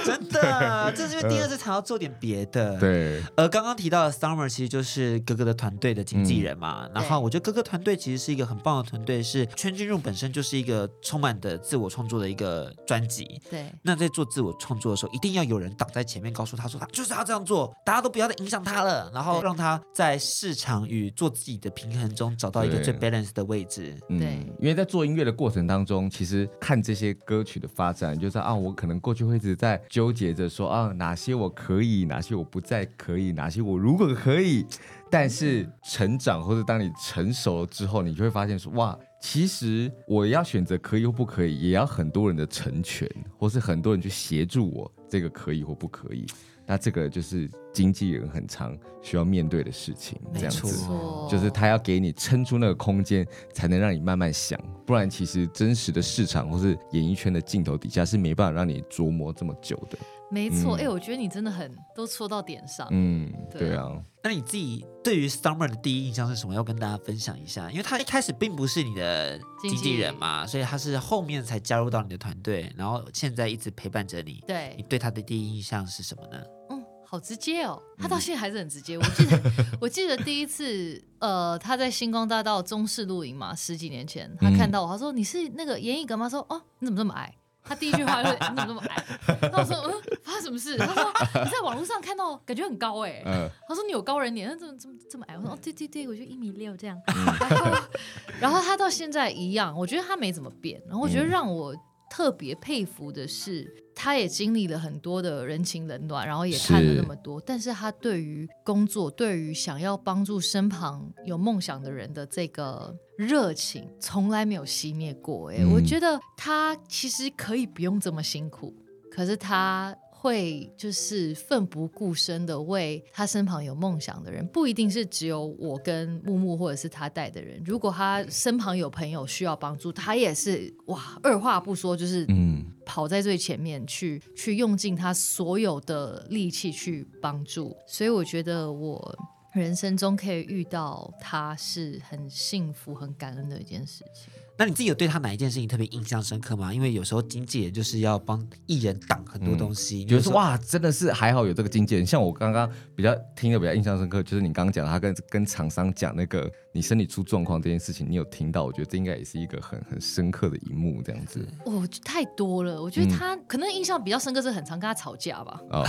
真的，这是因为第二次才要做点别的。 对， 而刚刚提到的 Summer 其实就是哥哥的团队的经纪人嘛，嗯、然后我觉得哥哥团队其实是一个很棒的团队，是圈君入本身就是一个充满的自我创作的一个专辑。 对， 那在做自我创作的时候，一定要有人挡在前面，告诉他说他就是要这样做，大家都不要再影响他了，然后让他在市场与做自己的平衡中找到一个最 balance 的位置。 对， 嗯，因为在做音乐的过程当中，其实看这些歌曲的发展，就知道啊，我可能过去会一直在纠结着说啊，哪些我可以，哪些我不再可以，哪些我如果可以，但是成长或者当你成熟了之后，你就会发现说哇，其实我要选择可以或不可以，也要很多人的成全，或是很多人去协助我这个可以或不可以。那这个就是经纪人很常需要面对的事情，这样子，就是他要给你撑出那个空间，才能让你慢慢想，不然其实真实的市场或是演艺圈的镜头底下是没办法让你琢磨这么久的。 没错，哎、嗯欸，我觉得你真的很都戳到点上。 嗯，对啊。 那你自己对于 Summer 的第一印象是什么？要跟大家分享一下，因为他一开始并不是你的经纪人嘛，所以他是后面才加入到你的团队，然后现在一直陪伴着你。 对， 你对他的第一印象是什么呢？ 嗯，好直接哦，他到现在还是很直接。嗯、我记得，我记得第一次，呃，他在星光大道中视录影嘛，十几年前，他看到我，他说：“你是那个严艺格吗？”说：“哦，你怎么这么矮？”他第一句话就是你怎么这么矮？然后我说嗯，发生什么事？他说你在网络上看到感觉很高哎、欸，嗯、他说你有高人脸，那怎么这么这么矮？我说哦对对对，我就一米六这样。嗯、然后然后他到现在一样，我觉得他没怎么变。然后我觉得让我特别佩服的是，他也经历了很多的人情冷暖，然后也看了那么多，但是他对于工作，对于想要帮助身旁有梦想的人的这个热情从来没有熄灭过、欸嗯、我觉得他其实可以不用这么辛苦，可是他会就是奋不顾身的为他身旁有梦想的人，不一定是只有我跟木木或者是他带的人，如果他身旁有朋友需要帮助，他也是哇二话不说就是跑在最前面去、嗯、去用尽他所有的力气去帮助，所以我觉得我人生中可以遇到他是很幸福很感恩的一件事情。 那你自己有对他哪一件事情特别印象深刻吗？因为有时候经纪人就是要帮艺人挡很多东西， 觉得、嗯、说哇真的是还好有这个经纪人。像我刚刚比较听的比较印象深刻，就是你刚刚讲他跟跟厂商讲那个你身体出状况这件事情，你有听到？我觉得这应该也是一个很很深刻的一幕，这样子。 哦，太多了，我觉得他、嗯、可能印象比较深刻是很常跟他吵架吧。哦，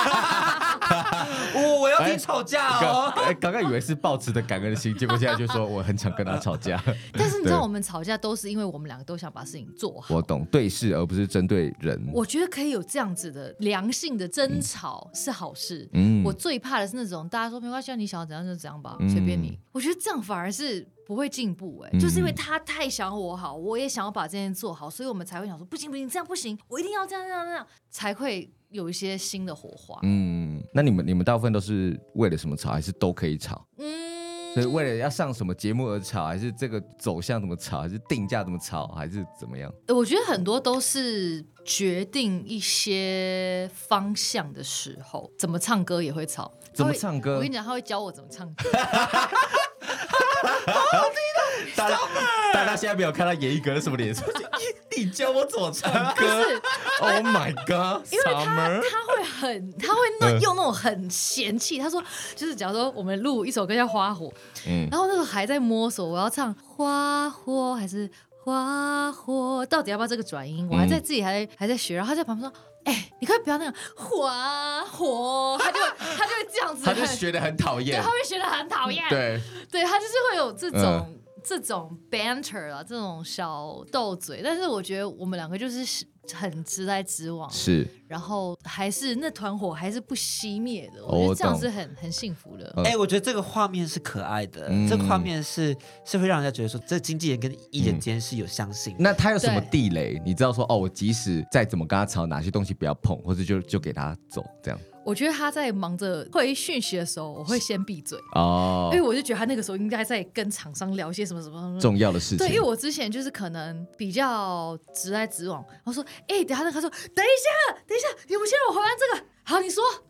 哦我要听吵架哦。 哎，刚刚以为是抱持的感恩的心，结果现在就说我很常跟他吵架。 但是你知道我们吵架都是因为我们两个都想把事情做好。 我懂，对事而不是针对人。 我觉得可以有这样子的良性的争吵是好事。嗯，我最怕的是那种大家说没关系，你想要怎样就怎样吧，嗯、随便你。我觉得这样反而是不会进步哎、欸，嗯、就是因为他太想我好，我也想要把这件事做好，所以我们才会想说不行不行，这样不行，我一定要这样这样这样，才会有一些新的火花。嗯， 那你们你们大部分都是为了什么吵，还是都可以吵？嗯。所以为了要上什么节目而吵，还是这个走向怎么吵，还是定价怎么吵，还是怎么样？ 我觉得很多都是决定一些方向的时候，怎么唱歌也会吵。 怎么唱歌？ 我跟你讲，他会教我怎么唱歌。 好好听的， 大家大家现在没有看到严艺格是什么脸？你教我怎么唱歌？Oh my god！ 因为他他会很，他会那用那种很嫌弃。他说，就是假如说我们录一首歌叫《花火》，嗯，然后那个还在摸索，我要唱花火还是花火，到底要不要这个转音？我还在自己还在还在学，然后他在旁边说。哎、欸，你可以不要那样花火，他就他就会这样子， 他就学得很讨厌， 对，他会学得很讨厌， 对， 对他就是会有这种、嗯、这种 banter 啊，这种小斗嘴，但是我觉得我们两个就是很直来直往， 是， 然后还是那团火还是不熄灭的，我觉得这样是很很幸福的。 哎、欸，我觉得这个画面是可爱的，嗯、这个画面是是会让人家觉得说，这经纪人跟艺人之间是有相信、嗯。 那他有什么地雷？你知道说哦，我即使再怎么跟他吵，哪些东西不要碰，或者就就给他走这样。 我觉得他在忙着回讯息的时候，我会先闭嘴哦，因为我就觉得他那个时候应该在跟厂商聊些什么什么重要的事情。 对，因为我之前就是可能比较直来直往，然后说，哎、欸，等一下，他说，等一下，等一下，你们先让我回完这个，好，你说。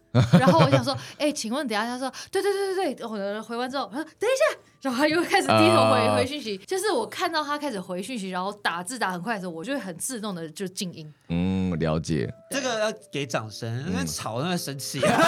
然后我想说，哎、欸，请问等一下，他说，对对对对对，我回完之后，我说等一下，然后他又开始低头回、uh... 回讯息，就是我看到他开始回讯息，然后打字打很快的时候，我就会很自动的就静音。 嗯，了解。 这个要给掌声，因为吵那么生气。打，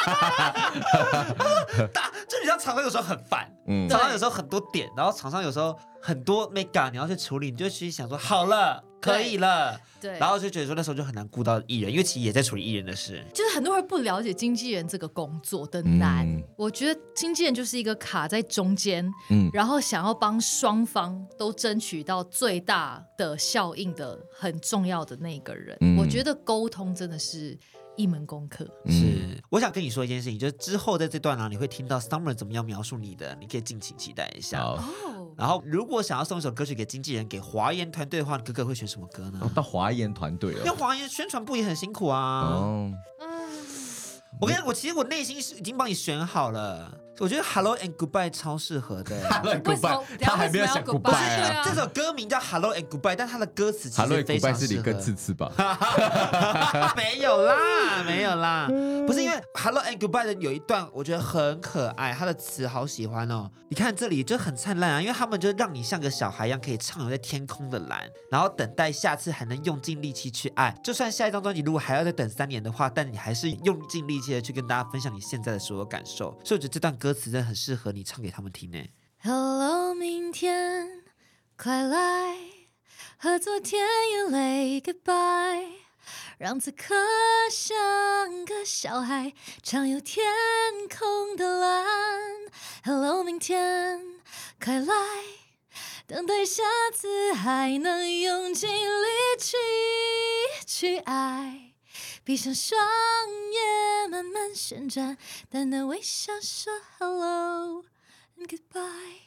就你知道厂商有时候很烦，嗯，厂商有时候很多点，然后厂商有时候很多 mega 你要去处理，你就去想说好了。可以了， 对， 然后就觉得说那时候就很难顾到艺人，因为其实也在处理艺人的事。 就是很多人不了解经纪人这个工作的难，嗯、我觉得经纪人就是一个卡在中间，嗯，然后想要帮双方都争取到最大的效应的很重要的那个人。嗯、我觉得沟通真的是一门功课。 是，我想跟你说一件事情，就是之后在这段呢、啊，你会听到 Summer 怎么样描述你的，你可以敬请期待一下。哦。然后，如果想要送一首歌曲给经纪人、给华研团队的话，你哥哥会选什么歌呢？ 哦、到华研团队了， 因为华研宣传部也很辛苦啊。哦，我跟你讲，我其实我内心已经帮你选好了。我觉得 Hello and Goodbye 超适合的。 Hello and Goodbye， 他还没有想 Goodbye 啊。 这首歌名叫 Hello and Goodbye， 但它的歌词其实非常适合。Hello and Goodbye 是你跟次次吧？没有啦，没有啦，不是因为 Hello and Goodbye 的有一段我觉得很可爱，它的词好喜欢哦。你看这里就很灿烂啊，因为他们就让你像个小孩一样，可以畅游在天空的蓝，然后等待下次还能用尽力气去爱。就算下一张专辑如果还要再等三年的话，但你还是用尽力气的去跟大家分享你现在的所有感受。所以我觉得这段歌词真的很适合你唱给他们听呢。 Hello 明天快来和昨天也 Say goodbye， 让此刻像个小孩畅游天空的蓝。 Hello 明天快来等待下次还能用尽力气去爱，闭上双眼慢慢旋转，淡淡微笑说 Hello and Goodbye。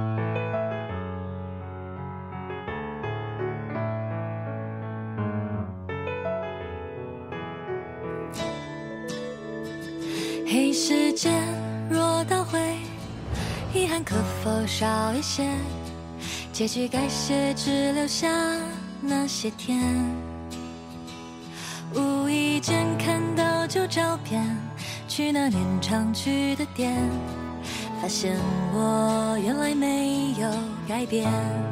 嘿，时间若倒回，遗憾可否少一些？结局该写，只留下那些天。无意间看到旧照片，去那年常去的店，发现我原来没有改变。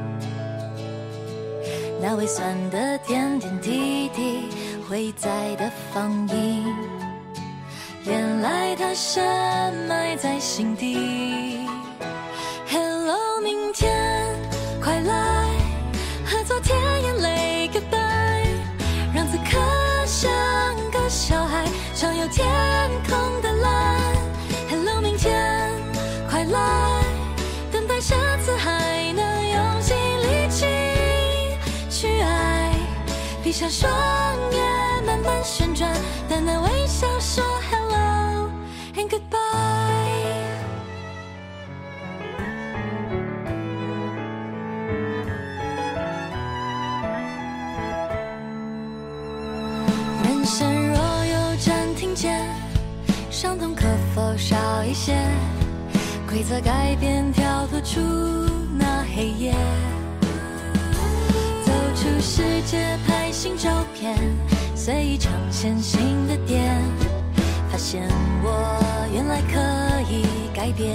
那微酸的点点滴滴，回忆在的放映，原来它深埋在心底。 Hello 明天快来和昨天眼泪 Goodbye， 让此刻像个小孩畅游天空的蓝。 Hello 明天快来等待下次还能用尽力气去爱，闭上双眼慢慢旋转，淡淡微笑说 Hello and Goodbye。 人生若有暂停键，伤痛可否少一些？规则改变，跳脱出那黑夜，走出世界，拍新照片，随意尝鲜新的店，发现我原来可以改变。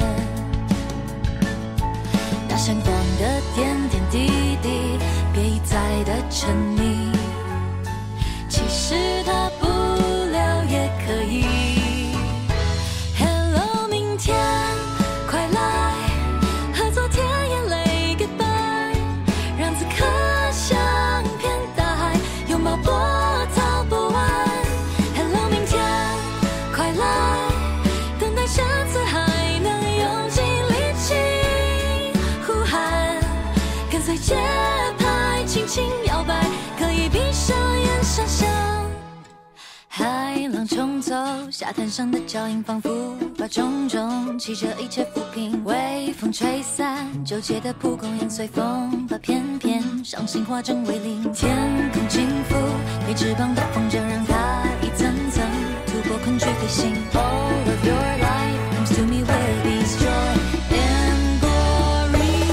那闪光的点点滴滴，别一再的沉迷，其实大不了也可以。 Hello 明天快来和昨天眼泪 Goodbye， 让此刻像片大海拥抱波涛不完。 Hello 明天快来等待下次还能用尽力气呼喊，跟随节拍轻轻摇摆，可以闭上眼想象。海浪冲走沙滩上的脚印，仿佛把种种记着一切抚平。微风吹散纠结的蒲公英，随风把片片伤心化成为零。天空轻拂没翅膀的风筝，让它一层层突破困局飞行。All of your life comes to me with these joy and glory。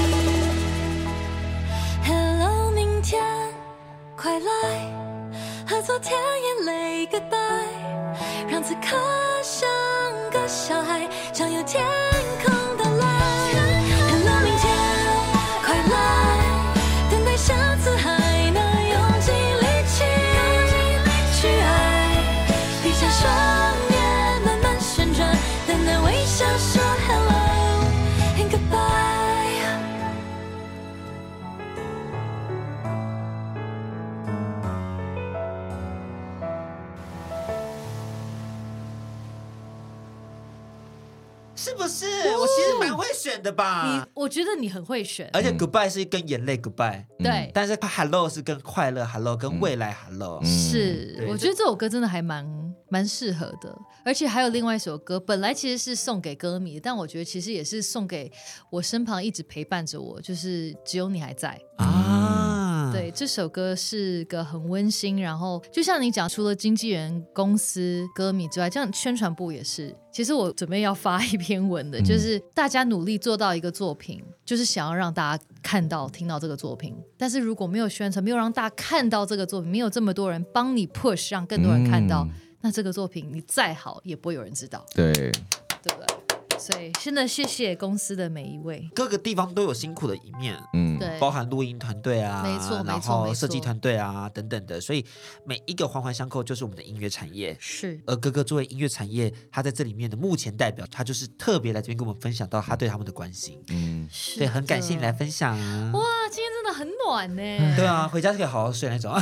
Hello 明天快来和昨天眼泪 Goodbye， 让此刻我其实蛮会选的吧？ 你我觉得你很会选， 而且 goodbye 是跟眼泪 goodbye， 对， 但是 hello 是跟快乐 hello， 跟未来 hello。 是，我觉得这首歌真的还蛮蛮适合的，而且还有另外一首歌，本来其实是送给歌迷，但我觉得其实也是送给我身旁一直陪伴着我，就是只有你还在啊。对，这首歌是个很温馨，然后就像你讲，除了经纪人、公司、歌迷之外，这样宣传部也是。其实我准备要发一篇文的，就是大家努力做到一个作品，就是想要让大家看到、听到这个作品。但是如果没有宣传，没有让大家看到这个作品，没有这么多人帮你 push， 让更多人看到，嗯、那这个作品你再好也不会有人知道。 对， 对不对？所以真的谢谢公司的每一位， 各个地方都有辛苦的一面， 嗯，对， 包含录音团队啊， 没错， 然后设计团队啊等等的，所以每一个环环相扣就是我们的音乐产业。 是， 而哥哥作为音乐产业，他在这里面的目前代表，他就是特别来这边跟我们分享到他对他们的关心。嗯，对，很感谢你来分享啊！ 哇，今天真的很暖呢。 对啊，回家就可以好好睡那种。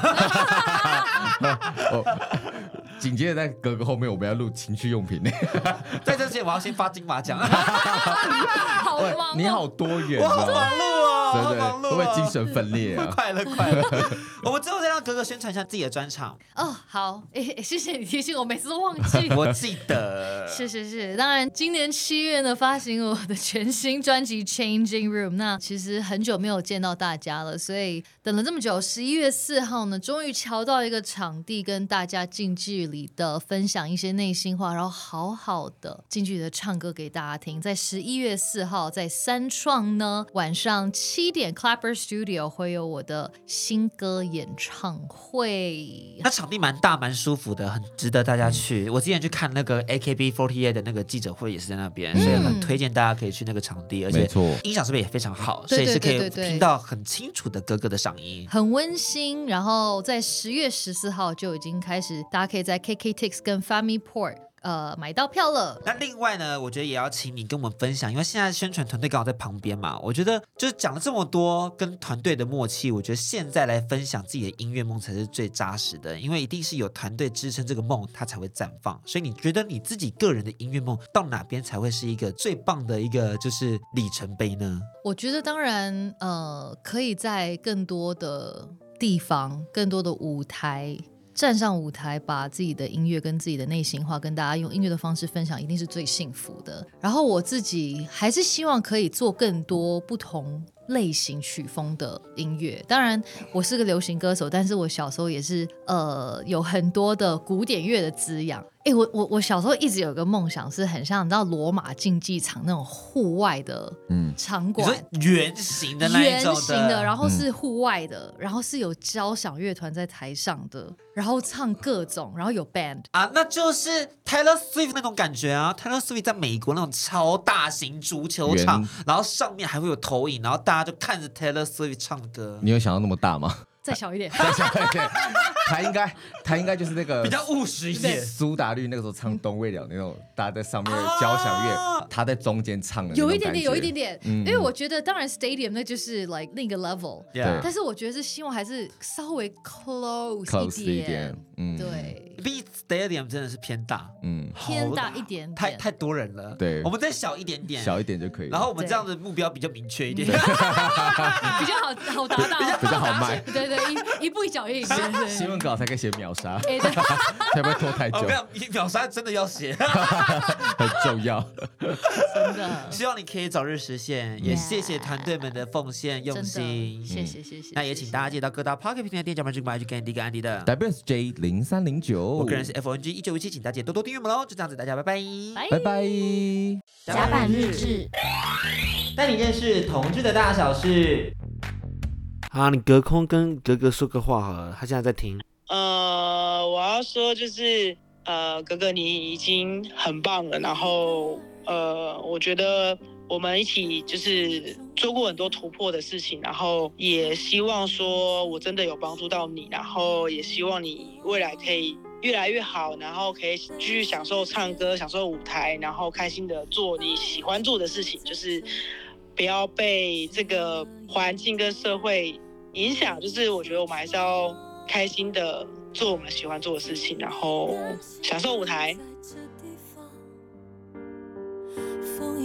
紧接着在哥哥后面，我们要录情趣用品呢。 在这之前，我要先发金马奖。 好忙、哦， 你好多元、 哦，我好忙碌哦， 对对， 好忙碌、哦， 会不会精神分裂啊？ 快乐快乐。我们最后再让哥哥宣传一下自己的专场。 哦，好，哎，谢谢你提醒我，每次都忘记。 我记得。 是是是，当然，今年七月呢发行我的全新专辑《Changing Room》。那其实很久没有见到大家了，所以等了这么久，十一月四号呢，终于瞧到一个场地，跟大家近距离的分享一些内心话，然后好好的近距离的唱歌给大家听。在十一月四号，在三创呢，晚上七点 Clapper Studio 会有我的新歌演唱会。 那场地蛮大蛮舒服的，很值得大家去。我之前去看那个 A K B 四十八 的那个记者会也是在那边，嗯、所以很推荐大家可以去那个场地，而且音响设备也非常好，所以是可以听到很清楚的哥哥的嗓音， 很温馨。然后在十月十四号就已经开始，大家可以在 K K Tix 跟 FamiPort呃，买到票了。 那另外呢，我觉得也要请你跟我们分享，因为现在宣传团队刚好在旁边嘛。我觉得就是讲了这么多跟团队的默契，我觉得现在来分享自己的音乐梦才是最扎实的，因为一定是有团队支撑这个梦，它才会绽放。所以你觉得你自己个人的音乐梦到哪边才会是一个最棒的一个就是里程碑呢？ 我觉得当然，呃，可以在更多的地方、更多的舞台。站上舞台，把自己的音乐跟自己的内心话跟大家用音乐的方式分享，一定是最幸福的。然后我自己还是希望可以做更多不同类型曲风的音乐。当然我是个流行歌手，但是我小时候也是呃有很多的古典乐的滋养。哎，我我我小时候一直有个梦想，是很像你知道罗马竞技场那种户外的场馆， 嗯、圆形的那一种的， 圆形的，然后是户外的，嗯、然后是有交响乐团在台上的，然后唱各种，然后有 band 啊，那就是 Taylor Swift 那种感觉啊。Taylor Swift 在美国那种超大型足球场，然后上面还会有投影，然后大家就看着 Taylor Swift 唱歌。 你有想到那么大吗？ 再小一点， 再小一点，他应该，他应该就是那个比较务实一点。 苏打绿那个时候唱《东未了》那种，大家在上面交响乐，啊、他在中间唱的那种感觉， 有一点点，有一点点。嗯、因为我觉得，当然 Stadium 那就是 like 另一个 level， 但是我觉得是希望还是稍微 close 一点， close 一点，嗯， 对。 Beat Stadium 真的是偏大， 嗯，偏大一点点， 太太多人了。 对， 我们再小一点点， 小一点就可以了。 然后我们这样的目标比较明确一点， 比较好好达到， 比较好卖。 对对，一一步一脚印。 新闻稿才可以写秒杀，才不会拖太久。 秒杀真的要写， 很重要， 真的。 希望你可以早日实现，也谢谢团队们的奉献用心， 谢谢谢谢。 那也请大家记得到各大 Pocket 平台店家们去买去跟第一个安迪的 W S J 零三零九， 我个人是 F O N G 一九一七，请大家多多订阅我们喽。就这样子，大家拜拜， 拜拜。 甲板日志， 带你认识同志的大小事。好，你隔空跟格格说个话好了，他现在在听。 呃，我要说就是，呃，格格你已经很棒了，然后呃，我觉得我们一起就是做过很多突破的事情，然后也希望说我真的有帮助到你，然后也希望你未来可以越来越好，然后可以继续享受唱歌，享受舞台，然后开心的做你喜欢做的事情，就是不要被这个环境跟社会影响，就是我觉得我们还是要开心的做我们喜欢做的事情，然后享受舞台。 风迎了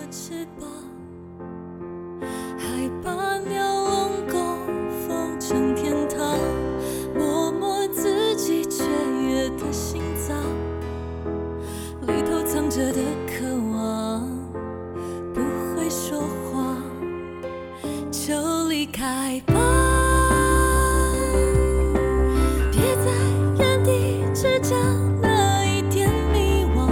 翅膀，还把鸟笼供奉成天堂，默默自己雀跃的心脏，里头藏着的渴望，不会说谎，就离开吧，别在原地只讲那一点迷惘，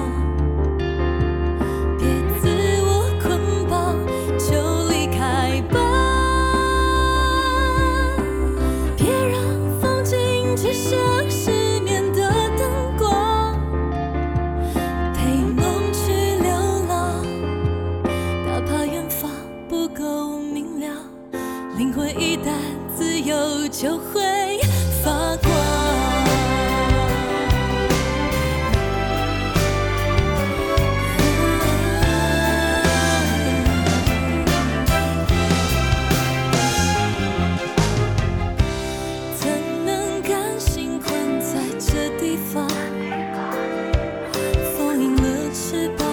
别自我捆绑，就离开吧，别让风景只剩失眠的灯光，陪梦去流浪，哪怕远方不够明亮，灵魂一旦自由就会发光。怎能甘心困在这地方，封印了翅膀，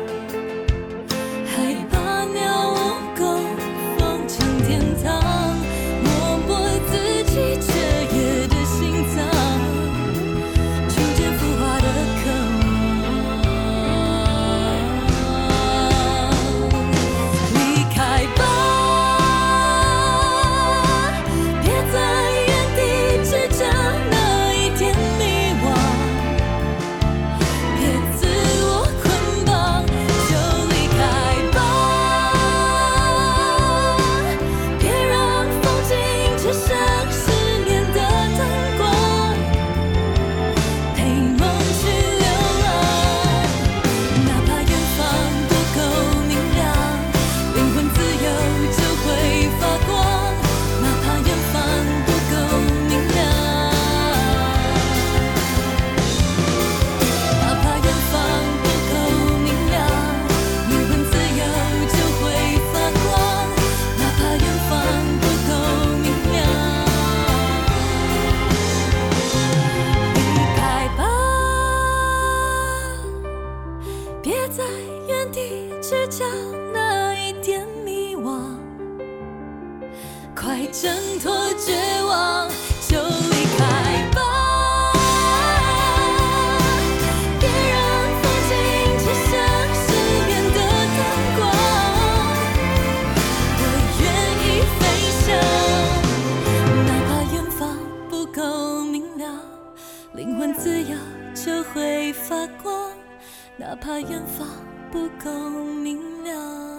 还把鸟笼供奉成天堂，默默自己雀跃的心脏，听见孵化的渴望，离开吧，别在原地只讲那一点迷惘，别自我捆绑，就离开吧，别让风景只剩失眠的灯光，陪梦去流浪，哪怕远方不够明亮，灵魂自由就会发光，哪怕远方不够明亮，哪怕远方不够明亮，灵魂自由就会发光，哪怕远方不够明亮，离开吧，别在原地只讲那一点迷惘，快挣脱绝望，就离开吧，别让风景只剩失眠的灯光，我愿意飞翔，哪怕远方不够明亮，灵魂自由就会发光，哪怕远方不够明亮。